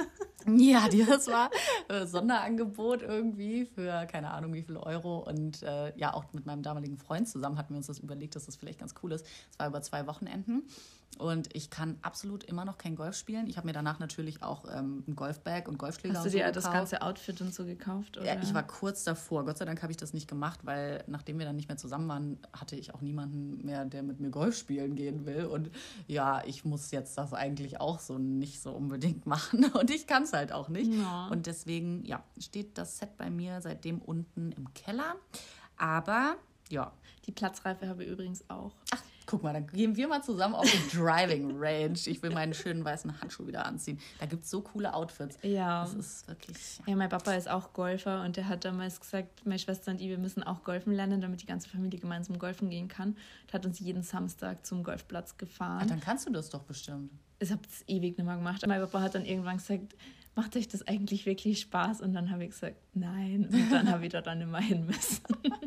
Ja, die, das war äh, Sonderangebot irgendwie für keine Ahnung wie viele Euro. Und äh, ja, auch mit meinem damaligen Freund zusammen hatten wir uns das überlegt, dass das vielleicht ganz cool ist. Es war über zwei Wochenenden. Und ich kann absolut immer noch kein Golf spielen. Ich habe mir danach natürlich auch ähm, ein Golfbag und Golfschläger Hast und du so dir das gekauft. ganze Outfit und so gekauft? Oder? Ja, ich war kurz davor. Gott sei Dank habe ich das nicht gemacht, weil nachdem wir dann nicht mehr zusammen waren, hatte ich auch niemanden mehr, der mit mir Golf spielen gehen will. Und ja, ich muss jetzt das eigentlich auch so nicht so unbedingt machen. Und ich kann es halt auch nicht. Ja. Und deswegen, ja, steht das Set bei mir seitdem unten im Keller. Aber ja, Die Platzreife habe ich übrigens auch. ach, guck mal, dann gehen wir mal zusammen auf die Driving Range. Ich will meinen schönen weißen Handschuh wieder anziehen. Da gibt es so coole Outfits. Ja. Das ist wirklich... Ja, mein Papa ist auch Golfer und der hat damals gesagt, meine Schwester und ich, wir müssen auch golfen lernen, damit die ganze Familie gemeinsam golfen gehen kann. Der hat uns jeden Samstag zum Golfplatz Ah, gefahren. dann kannst du das doch bestimmt. Ich habe es ewig nicht mehr gemacht. Mein Papa hat dann irgendwann gesagt, macht euch das eigentlich wirklich Spaß? Und dann habe ich gesagt, nein. Und dann habe ich da dann immer hin müssen.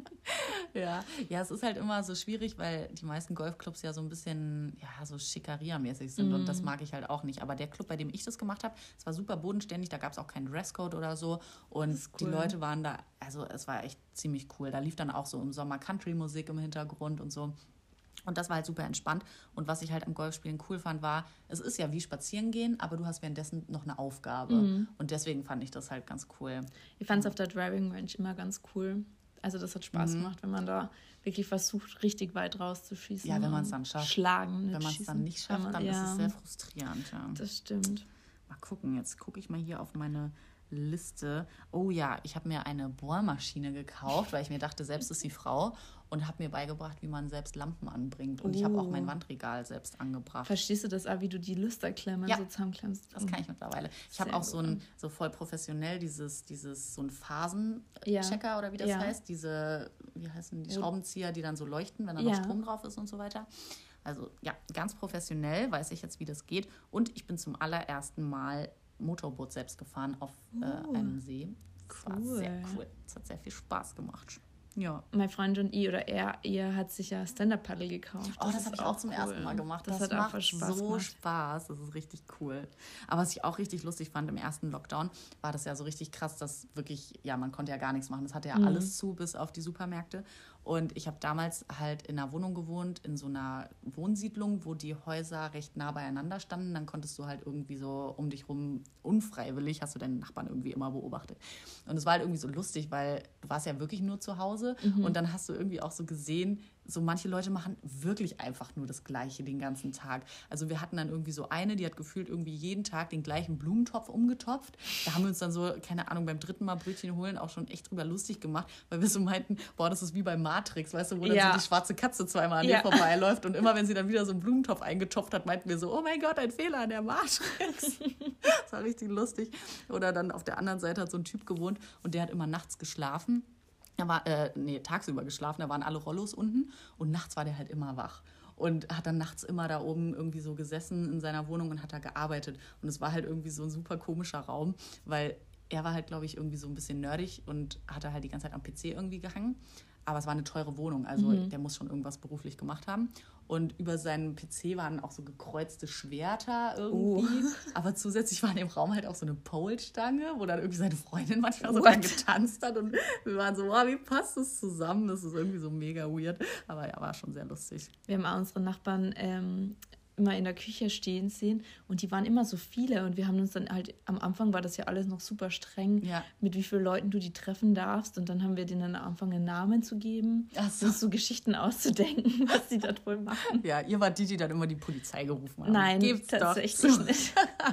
Ja, ja, es ist halt immer so schwierig, weil die meisten Golfclubs ja so ein bisschen, ja, so Schickeria-mäßig sind und das mag ich halt auch nicht. Aber der Club, bei dem ich das gemacht habe, es war super bodenständig, da gab es auch keinen Dresscode oder so und Das ist die cool. Leute waren da, also es war echt ziemlich cool. Da lief dann auch so im Sommer Country-Musik im Hintergrund und so. Und das war halt super entspannt. Und was ich halt am Golfspielen cool fand, war, es ist ja wie spazieren gehen, aber du hast währenddessen noch eine Aufgabe. Mhm. Und deswegen fand ich das halt ganz cool. Ich fand es auf der Driving Range immer ganz cool. Also das hat Spaß Mhm. gemacht, wenn man da wirklich versucht, richtig weit rauszuschießen. Ja, wenn man's und dann schafft. Schlagen, nicht Wenn man es schießen. dann nicht schafft, Wenn man- dann ja, ist es sehr frustrierend. Ja. das stimmt. Mal gucken, jetzt gucke ich mal hier auf meine Liste. Oh ja, ich habe mir eine Bohrmaschine gekauft, weil ich mir dachte, selbst ist die Frau und habe mir beigebracht, wie man selbst Lampen anbringt. Und uh. ich habe auch mein Wandregal selbst angebracht. Verstehst du das auch, wie du die Lüsterklemmen ja, so zusammenklemmst? Das kann ich mittlerweile. Ich habe auch so ein so voll professionell dieses, dieses so ein Phasenchecker ja. oder wie das ja. heißt. Diese, wie heißen die, Schraubenzieher, die dann so leuchten, wenn da ja. noch Strom drauf ist und so weiter. Also ja, ganz professionell weiß ich jetzt, wie das geht. Und ich bin zum allerersten Mal Motorboot selbst gefahren auf uh, äh, einem See. Das cool. war sehr cool. Es hat sehr viel Spaß gemacht. Ja. Mein Freund und ich oder er, ihr hat sich ja Stand-Up-Paddle gekauft. Das oh, das habe ich auch zum cool. ersten Mal gemacht. Das, das hat macht auch Spaß so gemacht. Spaß. Das ist richtig cool. Aber was ich auch richtig lustig fand im ersten Lockdown, war das ja so richtig krass, dass wirklich, ja, man konnte ja gar nichts machen. Das hatte ja mhm. alles zu, bis auf die Supermärkte. Und ich habe damals halt in einer Wohnung gewohnt, in so einer Wohnsiedlung, wo die Häuser recht nah beieinander standen. Dann konntest du halt irgendwie so um dich rum unfreiwillig, hast du deinen Nachbarn irgendwie immer beobachtet. Und es war halt irgendwie so lustig, weil du warst ja wirklich nur zu Hause mhm. und dann hast du irgendwie auch so gesehen, so manche Leute machen wirklich einfach nur das Gleiche den ganzen Tag. Also wir hatten dann irgendwie so eine, die hat gefühlt irgendwie jeden Tag den gleichen Blumentopf umgetopft. Da haben wir uns dann so, keine Ahnung, beim dritten Mal Brötchen holen auch schon echt drüber lustig gemacht, weil wir so meinten, boah, das ist wie bei Matrix, weißt du, wo dann ja. so die schwarze Katze zweimal an ja. dir vorbeiläuft und immer, wenn sie dann wieder so einen Blumentopf eingetopft hat, meinten wir so, oh mein Gott, ein Fehler an der Matrix. Das war richtig lustig. Oder dann auf der anderen Seite hat so ein Typ gewohnt und der hat immer nachts geschlafen. Er war, äh, nee, tagsüber geschlafen, da waren alle Rollos unten und nachts war der halt immer wach. Und hat dann nachts immer da oben irgendwie so gesessen in seiner Wohnung und hat da gearbeitet. Und es war halt irgendwie so ein super komischer Raum, weil er war halt, glaube ich, irgendwie so ein bisschen nerdig und hatte halt die ganze Zeit am P C irgendwie gehangen. Aber es war eine teure Wohnung, also mhm. der muss schon irgendwas beruflich gemacht haben. Und über seinem P C waren auch so gekreuzte Schwerter irgendwie. Uh. Aber zusätzlich war in dem Raum halt auch so eine Pole-Stange, wo dann irgendwie seine Freundin manchmal so dran getanzt hat. Und wir waren so, wow, wie passt das zusammen? Das ist irgendwie so mega weird. Aber ja, war schon sehr lustig. Wir haben auch unsere Nachbarn ähm, immer in der Küche stehen sehen und die waren immer so viele und wir haben uns dann halt, am Anfang war das ja alles noch super streng, ja. mit wie vielen Leuten du die treffen darfst und dann haben wir denen am Anfang einen Namen zu geben so. und so Geschichten auszudenken, was die dort wohl machen. Ja, ihr wart die, die dann immer die Polizei gerufen haben. Nein, Gibt's tatsächlich doch. nicht.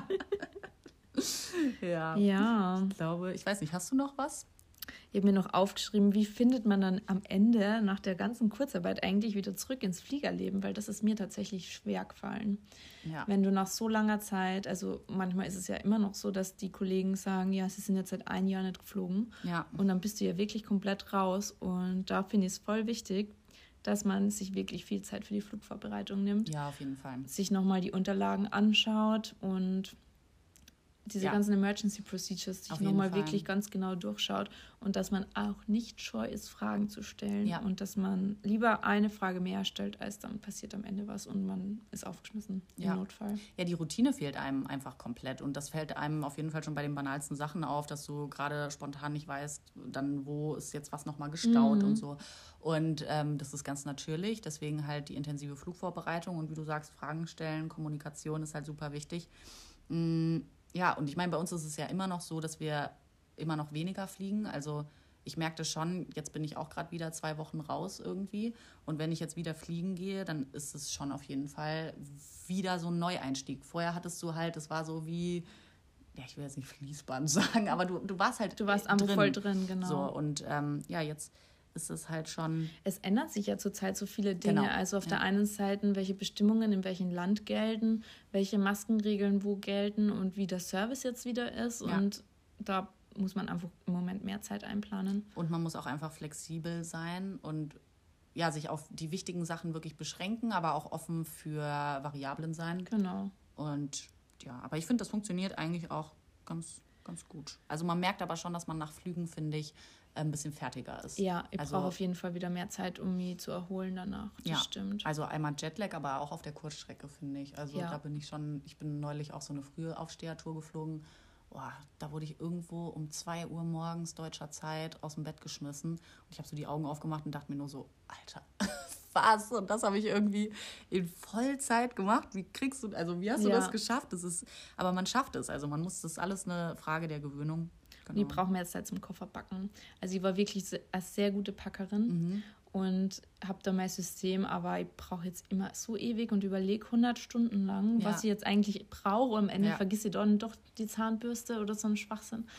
ja. ja. Ich glaube, ich weiß nicht, hast du noch was? Ich habe mir noch aufgeschrieben, wie findet man dann am Ende nach der ganzen Kurzarbeit eigentlich wieder zurück ins Fliegerleben, weil das ist mir tatsächlich schwer gefallen. Ja. Wenn du nach so langer Zeit, also manchmal ist es ja immer noch so, dass die Kollegen sagen, ja, sie sind jetzt seit einem Jahr nicht geflogen ja. und dann bist du ja wirklich komplett raus und da finde ich es voll wichtig, dass man sich wirklich viel Zeit für die Flugvorbereitung nimmt. Ja, auf jeden Fall. Sich nochmal die Unterlagen anschaut und diese ja. ganzen Emergency Procedures sich nochmal wirklich ganz genau durchschaut und dass man auch nicht scheu ist, Fragen zu stellen ja. und dass man lieber eine Frage mehr stellt, als dann passiert am Ende was und man ist aufgeschmissen ja. im Notfall. Ja, die Routine fehlt einem einfach komplett und das fällt einem auf jeden Fall schon bei den banalsten Sachen auf, dass du gerade spontan nicht weißt, dann wo ist jetzt was nochmal gestaut mhm. und so. Und ähm, das ist ganz natürlich, deswegen halt die intensive Flugvorbereitung und wie du sagst, Fragen stellen, Kommunikation ist halt super wichtig. Mhm. Ja, und ich meine, bei uns ist es ja immer noch so, dass wir immer noch weniger fliegen. Also ich merke das schon, jetzt bin ich auch gerade wieder zwei Wochen raus irgendwie. Und wenn ich jetzt wieder fliegen gehe, dann ist es schon auf jeden Fall wieder so ein Neueinstieg. Vorher hattest du halt, es war so wie, ja, ich will jetzt nicht Fließband sagen, aber du, du warst halt Du warst einfach voll drin, genau. So, und ähm, ja, jetzt ist es halt schon... Es ändert sich ja zurzeit so viele Dinge. Genau. Also auf ja. der einen Seite, welche Bestimmungen in welchem Land gelten, welche Maskenregeln wo gelten und wie der Service jetzt wieder ist. Ja. Und da muss man einfach im Moment mehr Zeit einplanen. Und man muss auch einfach flexibel sein und ja, sich auf die wichtigen Sachen wirklich beschränken, aber auch offen für Variablen sein. Genau. Und ja, aber ich finde, das funktioniert eigentlich auch ganz, ganz gut. Also man merkt aber schon, dass man nach Flügen, finde ich, ein bisschen fertiger ist. Ja, ich also, brauche auf jeden Fall wieder mehr Zeit, um mich zu erholen danach. Das ja, stimmt. Also einmal Jetlag, aber auch auf der Kurzstrecke, finde ich. Also ja. da bin ich schon, ich bin neulich auch so eine frühe Aufstehertour geflogen. Boah, da wurde ich irgendwo um zwei Uhr morgens deutscher Zeit aus dem Bett geschmissen. Und ich habe so die Augen aufgemacht und dachte mir nur so, Alter, was? Und das habe ich irgendwie in Vollzeit gemacht. Wie kriegst du, also wie hast du ja. das geschafft? Das ist, aber man schafft es. Also man muss, das ist alles eine Frage der Gewöhnung. Genau. Die brauchen wir jetzt Zeit zum Kofferpacken. Also ich war wirklich eine sehr gute Packerin mhm. und habe da mein System, aber ich brauche jetzt immer so ewig und überlege hundert Stunden lang, ja. was ich jetzt eigentlich brauche. Und am Ende ja. vergiss ich dann doch die Zahnbürste oder so einen Schwachsinn.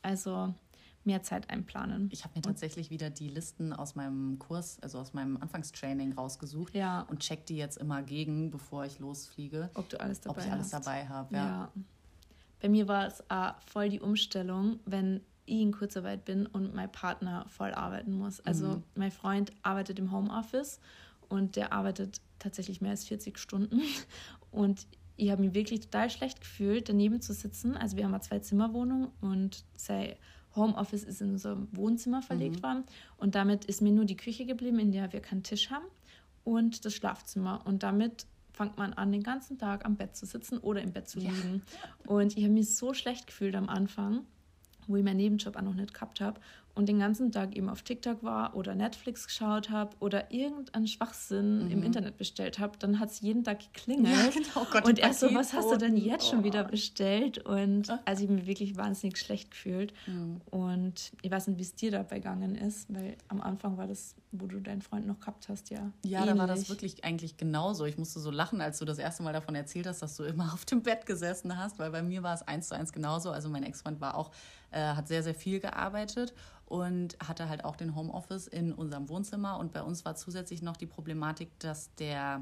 Also mehr Zeit einplanen. Ich habe mir tatsächlich wieder die Listen aus meinem Kurs, also aus meinem Anfangstraining rausgesucht ja. und check die jetzt immer gegen, bevor ich losfliege. Ob du alles dabei Ob ich alles hast. dabei habe, ja. ja. Bei mir war es auch voll die Umstellung, wenn ich in Kurzarbeit bin und mein Partner voll arbeiten muss. Also mhm. mein Freund arbeitet im Homeoffice und der arbeitet tatsächlich mehr als vierzig Stunden und ich habe mich wirklich total schlecht gefühlt, daneben zu sitzen. Also wir haben eine Zwei-Zimmer-Wohnung und sein Homeoffice ist in unserem Wohnzimmer verlegt mhm. worden und damit ist mir nur die Küche geblieben, in der wir keinen Tisch haben und das Schlafzimmer und damit fängt man an, den ganzen Tag am Bett zu sitzen oder im Bett zu liegen. Ja. Und ich habe mich so schlecht gefühlt am Anfang, wo ich meinen Nebenjob auch noch nicht gehabt habe und den ganzen Tag eben auf TikTok war oder Netflix geschaut habe oder irgendeinen Schwachsinn mhm. im Internet bestellt habe, dann hat es jeden Tag geklingelt. Ja, genau. Gott, und er so, was hast du denn jetzt oh. schon wieder bestellt? Und also ich habe mich wirklich wahnsinnig schlecht gefühlt. Mhm. Und ich weiß nicht, wie es dir dabei gegangen ist, weil am Anfang war das, wo du deinen Freund noch gehabt hast, ja Ja, ähnlich. Da war das wirklich eigentlich genauso. Ich musste so lachen, als du das erste Mal davon erzählt hast, dass du immer auf dem Bett gesessen hast, weil bei mir war es eins zu eins genauso. Also mein Ex-Freund war auch, äh, hat sehr, sehr viel gearbeitet und hatte halt auch den Homeoffice in unserem Wohnzimmer. Und bei uns war zusätzlich noch die Problematik, dass der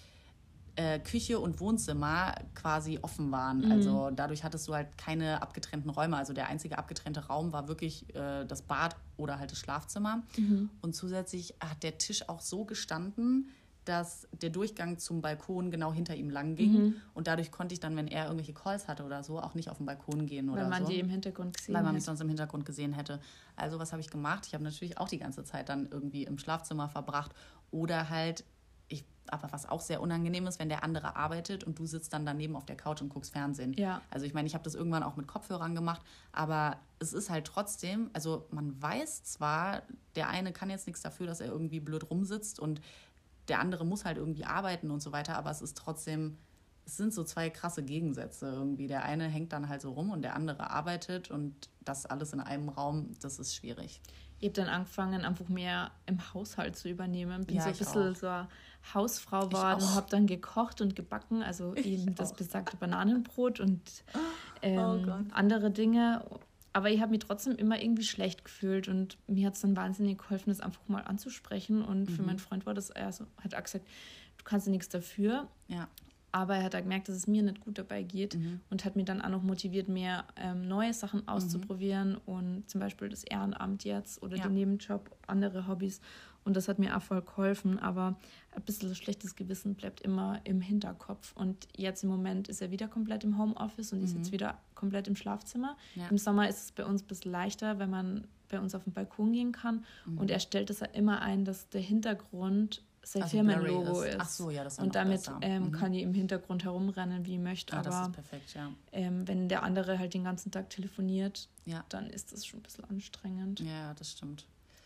äh, Küche und Wohnzimmer quasi offen waren. Mhm. Also dadurch hattest du halt keine abgetrennten Räume. Also der einzige abgetrennte Raum war wirklich äh, das Bad oder halt das Schlafzimmer. Mhm. Und zusätzlich hat der Tisch auch so gestanden, dass der Durchgang zum Balkon genau hinter ihm lang ging. Mhm. Und dadurch konnte ich dann, wenn er irgendwelche Calls hatte oder so, auch nicht auf den Balkon gehen oder so. Weil man die im Hintergrund gesehen Weil man mich sonst im Hintergrund gesehen hätte. Also was habe ich gemacht? Ich habe natürlich auch die ganze Zeit dann irgendwie im Schlafzimmer verbracht. Oder halt, ich, aber was auch sehr unangenehm ist, wenn der andere arbeitet und du sitzt dann daneben auf der Couch und guckst Fernsehen. Ja. Also ich meine, ich habe das irgendwann auch mit Kopfhörern gemacht, aber es ist halt trotzdem, also man weiß zwar, der eine kann jetzt nichts dafür, dass er irgendwie blöd rumsitzt und der andere muss halt irgendwie arbeiten und so weiter, aber es ist trotzdem, es sind so zwei krasse Gegensätze irgendwie. Der eine hängt dann halt so rum und der andere arbeitet und das alles in einem Raum, das ist schwierig. Ich habe dann angefangen, einfach mehr im Haushalt zu übernehmen. Bin ja, so ein bisschen auch. so eine Hausfrau geworden, habe dann gekocht und gebacken, also eben das besagte Bananenbrot und ähm, oh andere Dinge. Aber ich habe mich trotzdem immer irgendwie schlecht gefühlt und mir hat es dann wahnsinnig geholfen, das einfach mal anzusprechen. Und mhm. für meinen Freund war das, er so, hat auch gesagt, du kannst ja nichts dafür. Ja. Aber er hat auch gemerkt, dass es mir nicht gut dabei geht mhm. und hat mich dann auch noch motiviert, mehr ähm, neue Sachen auszuprobieren mhm. und zum Beispiel das Ehrenamt jetzt oder ja. den Nebenjob, andere Hobbys. Und das hat mir auch voll geholfen, aber ein bisschen schlechtes Gewissen bleibt immer im Hinterkopf. Und jetzt im Moment ist er wieder komplett im Homeoffice und mhm. ist jetzt wieder komplett im Schlafzimmer. Ja. Im Sommer ist es bei uns ein bisschen leichter, wenn man bei uns auf den Balkon gehen kann. Mhm. Und er stellt es ja immer ein, dass der Hintergrund sein also Firmenlogo ist. ist. Ach so, ja, das ist und damit ähm, mhm. kann ich im Hintergrund herumrennen, wie ich möchte. Ja, aber das ist perfekt, ja. ähm, wenn der andere halt den ganzen Tag telefoniert, ja. dann ist das schon ein bisschen anstrengend. Ja, das stimmt.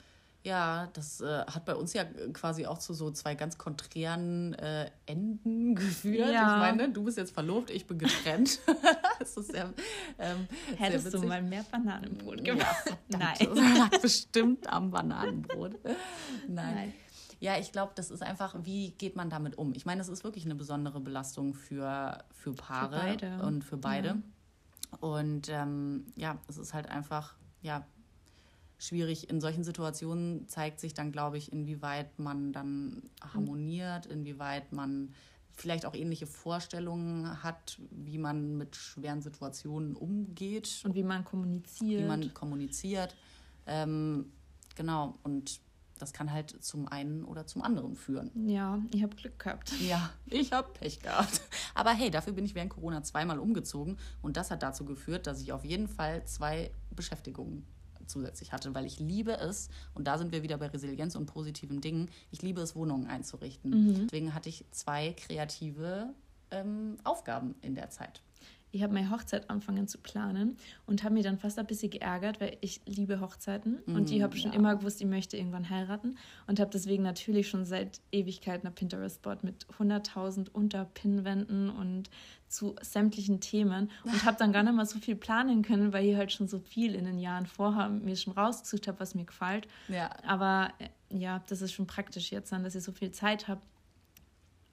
Ja, das äh, hat bei uns ja quasi auch zu so zwei ganz konträren äh, Enden geführt. Ja. Ich meine, du bist jetzt verlobt, ich bin getrennt. Das ist sehr, ähm, Hättest sehr du mal mehr Bananenbrot gemacht? Ja, Nein. Das lag bestimmt am Bananenbrot. Nein. Nein. Ja, ich glaube, das ist einfach, wie geht man damit um? Ich meine, es ist wirklich eine besondere Belastung für, für Paare für beide. und für beide. Ja. Und ähm, ja, es ist halt einfach, ja, schwierig. In solchen Situationen zeigt sich dann, glaube ich, inwieweit man dann harmoniert, inwieweit man vielleicht auch ähnliche Vorstellungen hat, wie man mit schweren Situationen umgeht. Und wie man kommuniziert. Wie man kommuniziert. Ähm, genau, und das kann halt zum einen oder zum anderen führen. Ja, ich habe Glück gehabt. Ja, ich habe Pech gehabt. Aber hey, dafür bin ich während Corona zweimal umgezogen und das hat dazu geführt, dass ich auf jeden Fall zwei Beschäftigungen zusätzlich hatte, weil ich liebe es, und da sind wir wieder bei Resilienz und positiven Dingen, ich liebe es, Wohnungen einzurichten. Mhm. Deswegen hatte ich zwei kreative ähm, Aufgaben in der Zeit. Ich habe meine Hochzeit angefangen zu planen und habe mich dann fast ein bisschen geärgert, weil ich liebe Hochzeiten mm, und ich habe schon ja. immer gewusst, ich möchte irgendwann heiraten und habe deswegen natürlich schon seit Ewigkeiten ein Pinterest-Board mit hunderttausend Unterpinwänden und zu sämtlichen Themen und habe dann gar nicht mal so viel planen können, weil ich halt schon so viel in den Jahren vorher mir schon rausgesucht habe, was mir gefällt. Ja. Aber ja, das ist schon praktisch jetzt, dass ich so viel Zeit habe,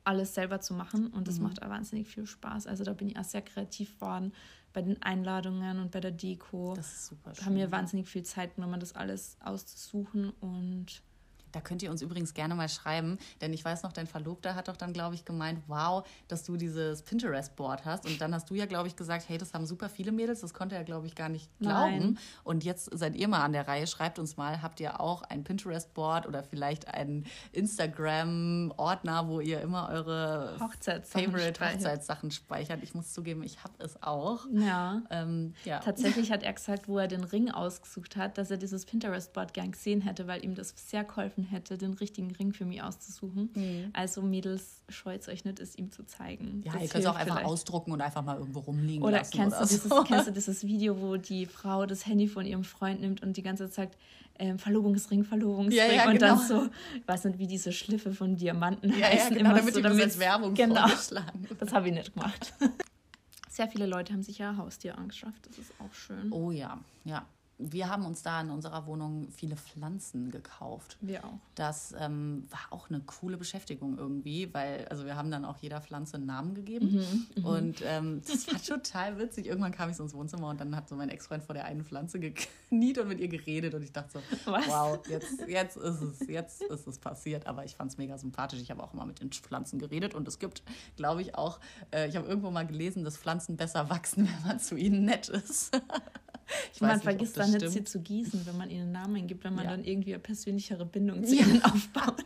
alles selber zu machen und das Mhm. macht auch wahnsinnig viel Spaß. Also da bin ich auch sehr kreativ geworden bei den Einladungen und bei der Deko. Das ist super schön. Haben mir wahnsinnig viel Zeit genommen, das alles auszusuchen und Da könnt ihr uns übrigens gerne mal schreiben, denn ich weiß noch, dein Verlobter hat doch dann, glaube ich, gemeint, wow, dass du dieses Pinterest-Board hast. Und dann hast du ja, glaube ich, gesagt, hey, das haben super viele Mädels, das konnte er, glaube ich, gar nicht glauben. Nein. Und jetzt seid ihr mal an der Reihe, schreibt uns mal, habt ihr auch ein Pinterest-Board oder vielleicht einen Instagram-Ordner, wo ihr immer eure Hochzeitssachen Favorite speichert. Hochzeitssachen speichert. Ich muss zugeben, ich habe es auch. ja. Ähm, ja. Tatsächlich hat er gesagt, wo er den Ring ausgesucht hat, dass er dieses Pinterest-Board gern gesehen hätte, weil ihm das sehr geholfen hätte, den richtigen Ring für mich auszusuchen. Mhm. Also Mädels, scheut euch nicht, es ihm zu zeigen. Ja, Das ihr könnt es auch hilft einfach vielleicht. ausdrucken und einfach mal irgendwo rumliegen Oder lassen. kennst, oder du dieses, so. kennst du dieses Video, wo die Frau das Handy von ihrem Freund nimmt und die ganze Zeit sagt, ähm, Verlobungsring, Verlobungsring. Ja, ja, und genau. dann so, ich weiß nicht, wie diese Schliffe von Diamanten Ja, ja, heißen. genau, immer damit so, die das als Werbung genau, vorgeschlagen. das habe ich nicht gemacht. Sehr viele Leute haben sich ja ein Haustier angeschafft, das ist auch schön. Oh ja, ja. Wir haben uns da in unserer Wohnung viele Pflanzen gekauft. Wir auch. Das ähm, war auch eine coole Beschäftigung irgendwie, weil also wir haben dann auch jeder Pflanze einen Namen gegeben. Mhm, Und ähm, das war total witzig. Irgendwann kam ich so ins Wohnzimmer und dann hat so mein Ex-Freund vor der einen Pflanze gekniet und mit ihr geredet. Und ich dachte so, Was? wow, jetzt, jetzt ist es, jetzt ist es passiert. Aber ich fand es mega sympathisch. Ich habe auch immer mit den Pflanzen geredet. Und es gibt, glaube ich, auch, äh, ich habe irgendwo mal gelesen, dass Pflanzen besser wachsen, wenn man zu ihnen nett ist. Ich Man weiß nicht, ob vergisst das dann nicht, stimmt. sie zu gießen, wenn man ihnen einen Namen gibt, wenn man Ja. dann irgendwie eine persönlichere Bindung zu Ja. ihnen aufbaut.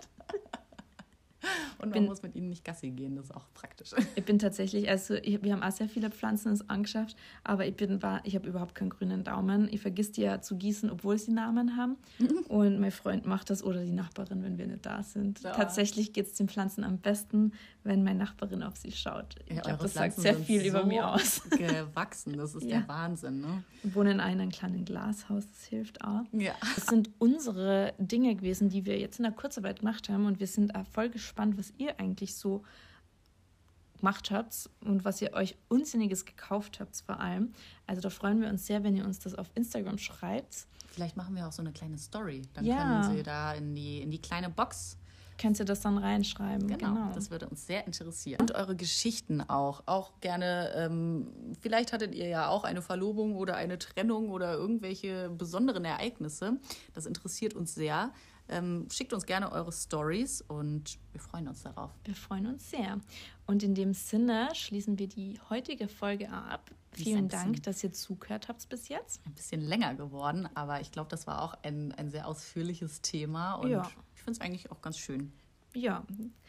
Und man bin- muss mit ihnen nicht Gassi gehen, das ist auch praktisch. Ich bin tatsächlich, also ich, wir haben auch sehr viele Pflanzen uns angeschafft, aber ich bin war, ich habe überhaupt keinen grünen Daumen. Ich vergiss die ja zu gießen, obwohl sie Namen haben. Und mein Freund macht das oder die Nachbarin, wenn wir nicht da sind. Ja. Tatsächlich geht es den Pflanzen am besten, wenn meine Nachbarin auf sie schaut. Ich Ja, glaube, eure das sagt Pflanzen sehr sind viel so über mir aus. gewachsen, das ist Ja. der Wahnsinn, ne? Wir wohnen in einem kleinen Glashaus, das hilft auch. Ja. Das sind unsere Dinge gewesen, die wir jetzt in der Kurzarbeit gemacht haben und wir sind auch voll gespannt, was ihr eigentlich so gemacht habt und was ihr euch Unsinniges gekauft habt vor allem. Also da freuen wir uns sehr, wenn ihr uns das auf Instagram schreibt. Vielleicht machen wir auch so eine kleine Story. Dann Ja. können Sie da in die, in die kleine Box. Könnt ihr das dann reinschreiben? Genau, das würde uns sehr interessieren. Und eure Geschichten auch. Auch gerne, ähm, vielleicht hattet ihr ja auch eine Verlobung oder eine Trennung oder irgendwelche besonderen Ereignisse. Das interessiert uns sehr. Ähm, schickt uns gerne eure Stories und wir freuen uns darauf. Wir freuen uns sehr. Und in dem Sinne schließen wir die heutige Folge ab. Die ist Vielen ein bisschen- Dank, dass ihr zugehört habt bis jetzt. Ein bisschen länger geworden, aber ich glaube, das war auch ein, ein sehr ausführliches Thema und Ja. ich finde es eigentlich auch ganz schön. Ja,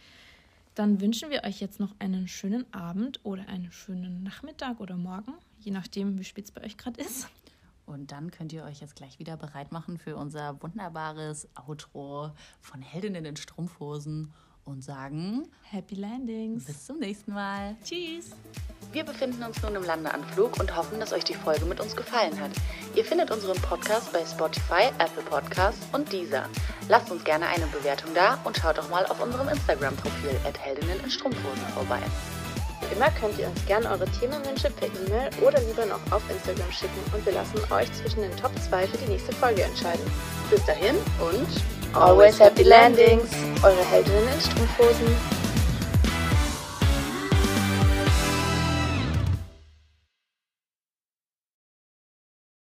dann wünschen wir euch jetzt noch einen schönen Abend oder einen schönen Nachmittag oder Morgen, je nachdem, wie spät es bei euch gerade ist. Und dann könnt ihr euch jetzt gleich wieder bereit machen für unser wunderbares Outro von Heldinnen in Strumpfhosen und sagen Happy Landings. bis zum nächsten Mal. Tschüss. Wir befinden uns nun im Landeanflug und hoffen, dass euch die Folge mit uns gefallen hat. Ihr findet unseren Podcast bei Spotify, Apple Podcasts und Deezer. Lasst uns gerne eine Bewertung da und schaut doch mal auf unserem Instagram-Profil at Heldinnen in Strumpfhosen vorbei. Wie immer könnt ihr uns gerne eure Themenwünsche per E-Mail oder lieber noch auf Instagram schicken und wir lassen euch zwischen den Top zwei für die nächste Folge entscheiden. Bis dahin und always happy landings! Eure Heldinnen in Strumpfhosen.